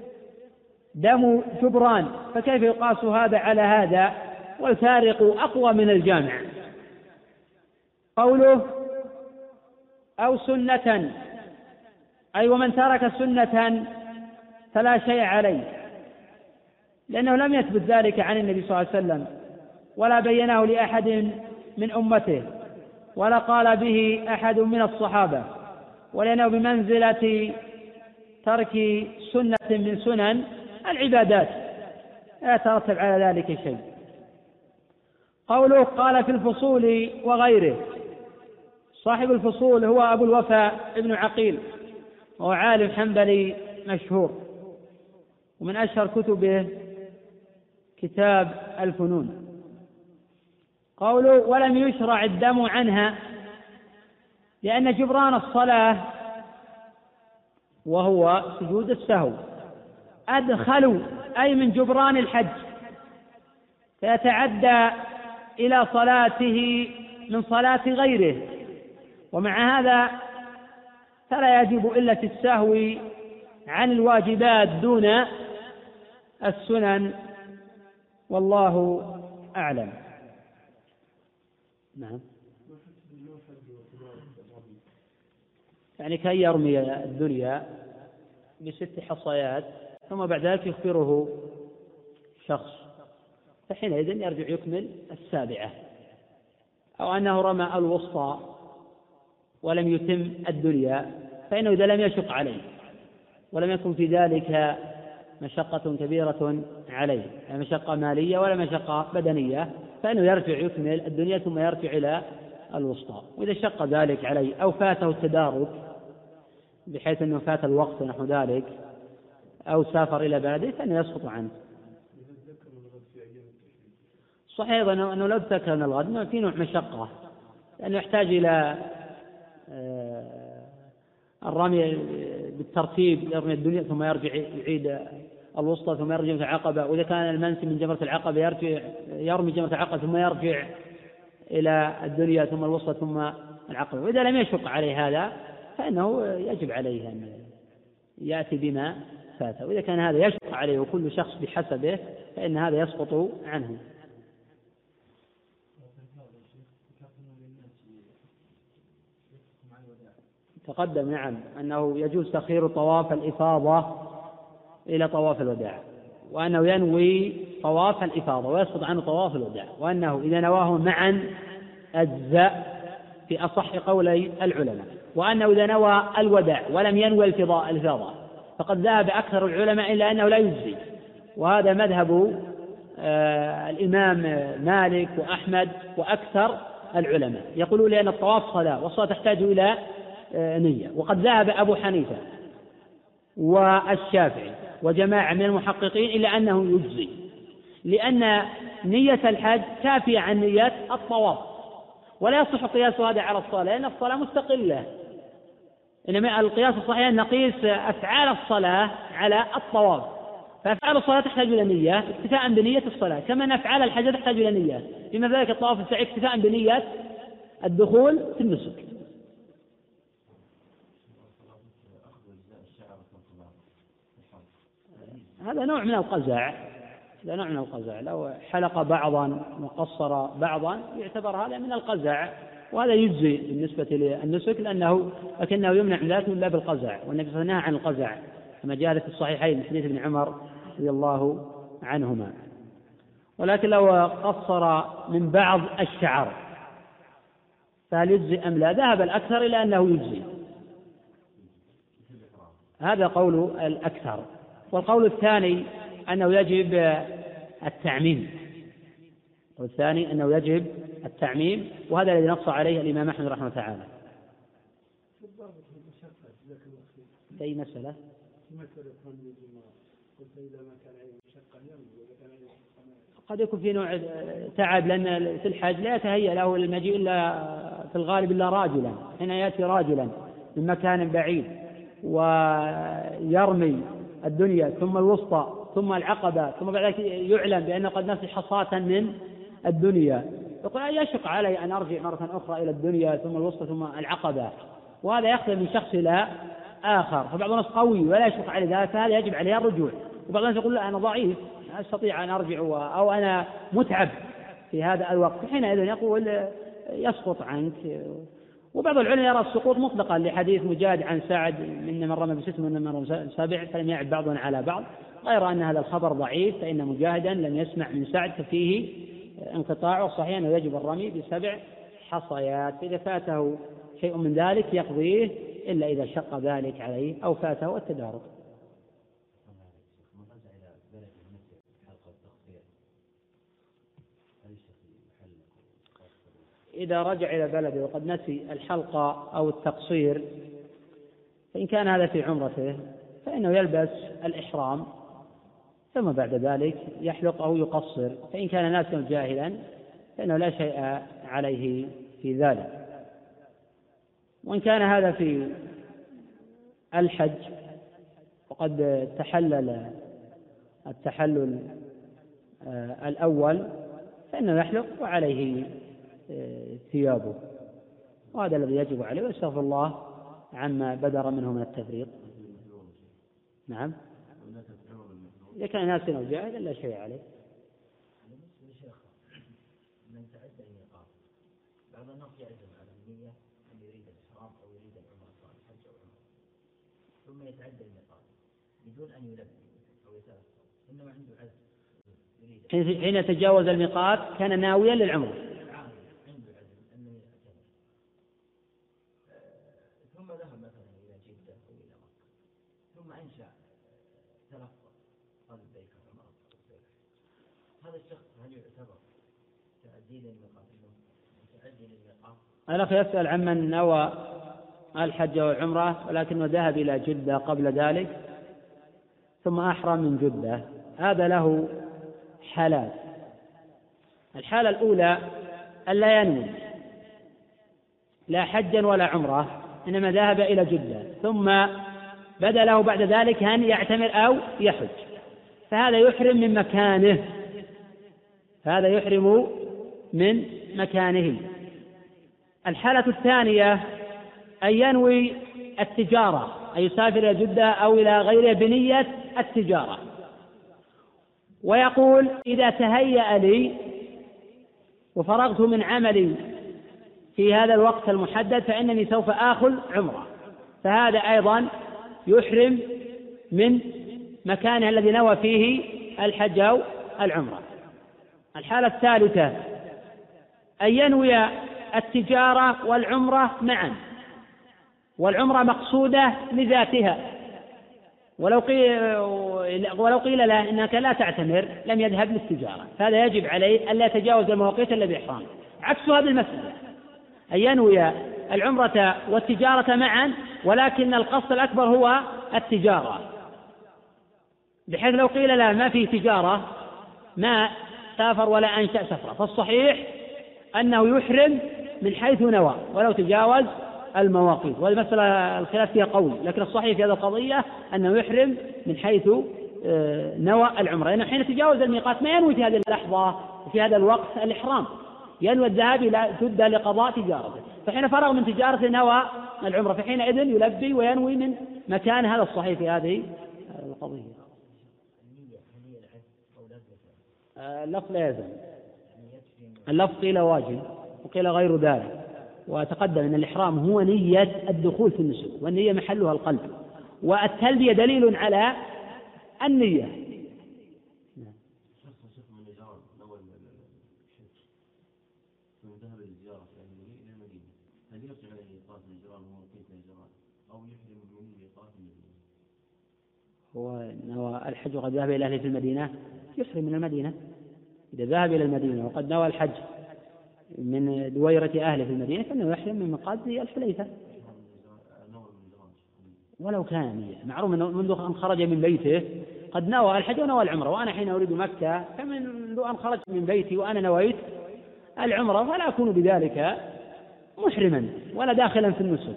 دم جبران، فكيف يقاس هذا على هذا؟ والفارق أقوى من الجامع. قوله أو سنة أي ومن ترك سنة فلا شيء عليه، لأنه لم يثبت ذلك عن النبي صلى الله عليه وسلم ولا بينه لأحد من أمته ولا قال به أحد من الصحابة، ولأنه بمنزلة ترك سنة من سنن العبادات لا يترتب على ذلك شيء. قوله قال في الفصول وغيره، صاحب الفصول هو أبو الوفاء ابن عقيل، وهو عالم حنبلي مشهور، ومن أشهر كتبه كتاب الفنون. قوله ولم يشرع الدم عنها لأن جبران الصلاة وهو سجود السهو أدخل أي من جبران الحج، فيتعدى إلى صلاته من صلاة غيره، ومع هذا فلا يجب إلا في السهو عن الواجبات دون السنن، والله أعلم. نعم. يعني كي يرمي الدنيا بست حصيات ثم بعد ذلك يخبره شخص، فحينئذ يرجع يكمل السابعة، أو أنه رمى الوسطى ولم يتم الدنيا، فإنه إذا لم يشق عليه ولم يكن في ذلك مشقة كبيرة عليه، يعني مشقة مالية ولا مشقة بدنية، فإنه يرجع يكمل الدنيا ثم يرجع إلى الوسطى. وإذا شق ذلك عليه أو فاته التدارك بحيث أنه فات الوقت ونحو ذلك أو سافر إلى بلده فإنه يسقط عنه. صحيح أيضا أنه لو تذكر من الغد في نوع مشقة، لأنه يحتاج إلى الرمي بالترتيب، يرمي الدنيا ثم يرجع يعيد الوسطى ثم يرجع في العقبة، وإذا كان المنسي من جمرة العقبة يرجع يرمي جمرة العقبة ثم يرجع إلى الدنيا ثم الوسطى ثم العقبة. وإذا لم يشق عليه هذا فإنه يجب عليه أن يأتي بما فاته، وإذا كان هذا يشق عليه وكل شخص بحسبه فإن هذا يسقط عنه. تقدم نعم أنه يجوز تأخير طواف الإفاضة إلى طواف الوداع، وأنه ينوي طواف الإفاضة ويسقط عنه طواف الوداع، وأنه إذا نواه معا أجزاء في أصح قولي العلماء، وأنه إذا نوى الوداع ولم ينوي الإفاضة فقد ذهب أكثر العلماء إلا أنه لا يجزي، وهذا مذهب آه الإمام مالك وأحمد وأكثر العلماء، يقولون لأن الطواف صلاة والصلاة تحتاج إلى آه نية. وقد ذهب أبو حنيفة والشافعي وجماعة من المحققين إلا أنه يجزي، لأن نية الحج كافية عن نية الطواف، ولا يصح قياس هذا على الصلاة، لأن الصلاة مستقلة، إنما القياس الصحيح أن نقيس أفعال الصلاة على الطواف، فأفعال الصلاة تحتاج إلى نية اكتفاء بنية الصلاة، كما أن أفعال الحج تحتاج إلى نية، بما ذلك الطواف السعي اكتفاء بنية الدخول في النسك. هذا نوع من القزع، هذا نوع من القزع، لو حلق بعضا وقصر بعضا يعتبر هذا من القزع، وهذا يجزي بالنسبة للنسك، لأنه لكنه يمنع من ذلك من باب القزع، والنبي صلى الله عليه وسلم نهى عن القزع كما جاء في الصحيحين من حديث ابن عمر رضي الله عنهما. ولكن لو قصر من بعض الشعر فهل يجزي أم لا؟ ذهب الأكثر إلى أنه يجزي، هذا قول الأكثر. والقول الثاني أنه يجب التعميم، والثاني أنه يجب التعميم، وهذا الذي نص عليه الإمام أحمد رحمه الله تعالى. أي مسألة؟ قد يكون في نوع تعب، لأن في الحج لا يتهيأ له المجيء إلا في الغالب إلا راجلا، حين يأتي راجلا من مكان بعيد ويرمي الدنيا ثم الوسطى ثم العقبة ثم بعد ذلك يعلم بأنه قد نسي حصاة من الدنيا، يقول يشق علي أن أرجع مرة أخرى إلى الدنيا ثم الوسطى ثم العقبة، وهذا يختلف من شخص إلى آخر. فبعض الناس قوي ولا يشق عليه ذلك، فهذا يجب عليه الرجوع، وبعض الناس يقول لا أنا ضعيف أستطيع أن أرجع، أو أنا متعب في هذا الوقت، حينئذ يقول يسقط عنك. وبعض العلماء يرى السقوط مطلقا لحديث مجاهد عن سعد من من رمى بست ومن من رمى سبع فلم يعد بعضنا على بعض، غير أن هذا الخبر ضعيف، فإن مجاهدا لم يسمع من سعد ففيه انقطاع، وصحيح أنه يجب الرمي بسبع حصيات، إذا فاته شيء من ذلك يقضيه إلا إذا شق ذلك عليه أو فاته التدارك. إذا رجع إلى بلده وقد نسي الحلقة أو التقصير، فإن كان هذا في عمرته فإنه يلبس الإحرام ثم بعد ذلك يحلق أو يقصر، فإن كان ناسيا جاهلا فإنه لا شيء عليه في ذلك. وإن كان هذا في الحج وقد تحلل التحلل الأول فإنه يحلق وعليه ثيابه، وهذا الذي يجب عليه، ويستغفر الله عما بدر منه من التفريط. نعم، إذا كان ناسا أو جاهلا لا شيء عليه. من تعدى الميقات بعض الناس يعزم على النية أن يريد الإحرام أو يريد العمرة سواء حج أو عمرة، ثم يتعدى الميقات بدون أن يلبي أو يتأثر، إنما عنده عزم يريد حين تجاوز الميقات كان ناويا للعمرة، عنده عزم أنه يعتمر، ثم ذهب مثلا إلى جدة أو إلى مكة ثم أنشأ تلفظ قال لبيك عمرة أو لبيك، هذا الشخص هل يعتبر تعديل الميقات إنه متعدي للميقات؟ الأخ يسأل عمن نوى الحج والعمرة ولكنه ذهب إلى جدة قبل ذلك ثم أحرم من جدة. هذا له حالات. الحالة الأولى ألا ينوي لا حجا ولا عمرة، إنما ذهب إلى جدة ثم بدا له بعد ذلك أن يعتمر أو يحج، فهذا يحرم من مكانه، فهذا يحرم من مكانه. الحالة الثانية أن ينوي التجارة، أن يسافر إلى جدة أو إلى غيره بنية التجارة، ويقول إذا تهيأ لي وفرغت من عملي في هذا الوقت المحدد فإنني سوف آخذ عمرة، فهذا أيضا يحرم من مكانه الذي نوى فيه الحج أو العمرة. الحالة الثالثة أن ينوي التجارة والعمرة معا، والعمرة مقصودة لذاتها، ولو قيل, ولو قيل له إنك لا تعتمر لم يذهب للتجارة، فهذا يجب عليه ألا يتجاوز المواقيت إلا بإحرام. عكس هذه المسألة أن ينوي العمرة والتجارة معا ولكن القصد الأكبر هو التجارة، بحيث لو قيل له ما في تجارة ما سافر ولا أنشأ سفرة، فالصحيح أنه يحرم من حيث نوى ولو تجاوز المواقيت، والمسألة الخلاف فيها قوي، لكن الصحيح في هذه القضية أنه يحرم من حيث نوى العمرة، لأنه حين تجاوز الميقات ما ينوي في هذه اللحظة وفي هذا الوقت الإحرام، ينوي الذهاب إلى جدة لقضاء تجارته، فحين فرغ من تجارته نوى العمرة، فحينئذ يلبي وينوي من مكان. هذا الصحيح في هذه القضية. اللفظ لا يلزم، اللفظ قيل واجب وقيل غير ذلك، وتقدم أن الإحرام هو نية الدخول في النسك، والنية محلها القلب، والتلبية دليل على النية. هو نوى الحج وقد ذهب إلى أهله في المدينة يحرم من المدينة، إذا ذهب إلى المدينة وقد نوى الحج من دويرة أهله في المدينة فإنه يحرم من مقاصد الحليفة ولو كان نية. معروف منذ أن خرج من بيته قد نوى الحج ونوى العمرة، وأنا حين أريد مكة فمنذ أن خرجت من بيتي وأنا نويت العمرة فلا أكون بذلك محرما ولا داخلا في النسك.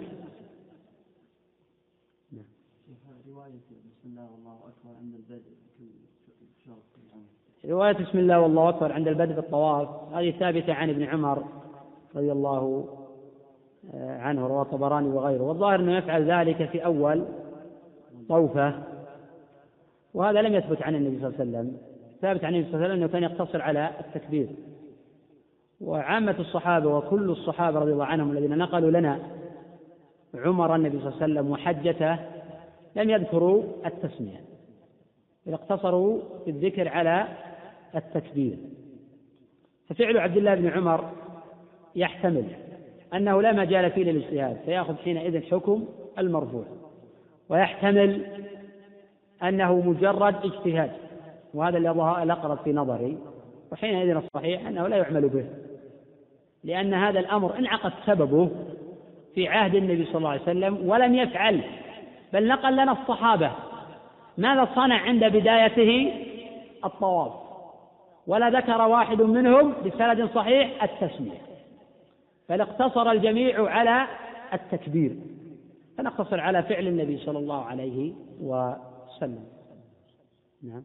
رواية بسم الله والله أكبر عند البدء بالطواف هذه ثابتة عن ابن عمر رضي الله عنه، رواه الطبراني وغيره، والظاهر أنه يفعل ذلك في أول طوفة، وهذا لم يثبت عن النبي صلى الله عليه وسلم. ثابت عن النبي صلى الله عليه وسلم أنه كان يقتصر على التكبير، وعامة الصحابة وكل الصحابة رضي الله عنهم الذين نقلوا لنا عمر النبي صلى الله عليه وسلم وحجته لم يذكروا التسمية، بل اقتصروا في الذكر على التكبير. ففعل عبد الله بن عمر يحتمل أنه لا مجال فيه للاجتهاد فيأخذ حينئذ حكم المرفوع، ويحتمل أنه مجرد اجتهاد، وهذا اللي الأقرب في نظري، وحينئذ الصحيح أنه لا يعمل به، لأن هذا الأمر انعقد سببه في عهد النبي صلى الله عليه وسلم ولم يفعل، بل نقل لنا الصحابة ماذا صنع عند بدايته الطواف، ولا ذكر واحد منهم بسند صحيح التسمية، بل اقتصر الجميع على التكبير، فنقتصر على فعل النبي صلى الله عليه وسلم. نعم.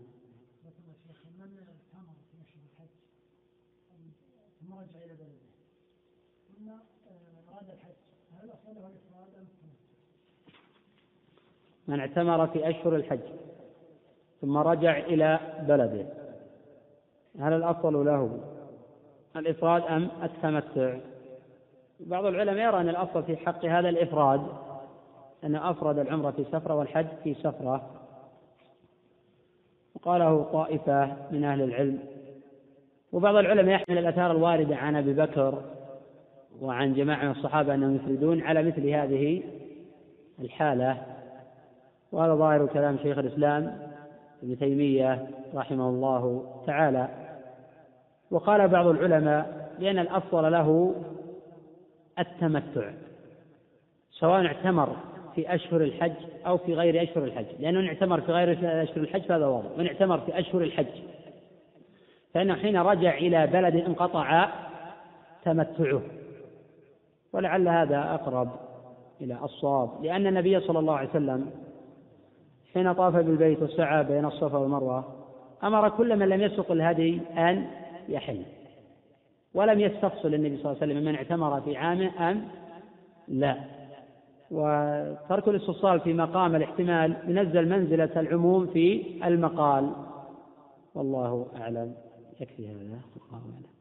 من اعتمر في أشهر الحج ثم رجع إلى بلده، هل الأفضل له الإفراد أم التمتع؟ بعض العلماء يرى أن الأفضل في حق هذا الإفراد، أنه أفرد العمرة في سفرة والحج في سفرة، وقاله طائفة من أهل العلم. وبعض العلماء يحمل الآثار الواردة عن أبي بكر وعن جماعة من الصحابة أنهم يفردون على مثل هذه الحالة، وهذا ظاهر كلام شيخ الإسلام ابن تيمية رحمه الله تعالى. وقال بعض العلماء لأن الأفضل له التمتع، سواء اعتمر في أشهر الحج أو في غير أشهر الحج، لأنه إن اعتمر في غير أشهر الحج فهذا واضح، وإن اعتمر في أشهر الحج فإنه حين رجع إلى بلد انقطع تمتعه، ولعل هذا أقرب إلى الصواب، لأن النبي صلى الله عليه وسلم حين طاف بالبيت وسعى بين الصفا والمروة أمر كل من لم يسق الهدي أن يحل، ولم يستفصل النبي صلى الله عليه وسلم من اعتمر في عامه أم لا. وترك الاستفصال في مقام الاحتمال ينزل منزلة العموم في المقال، والله أعلم. يكفي هذا.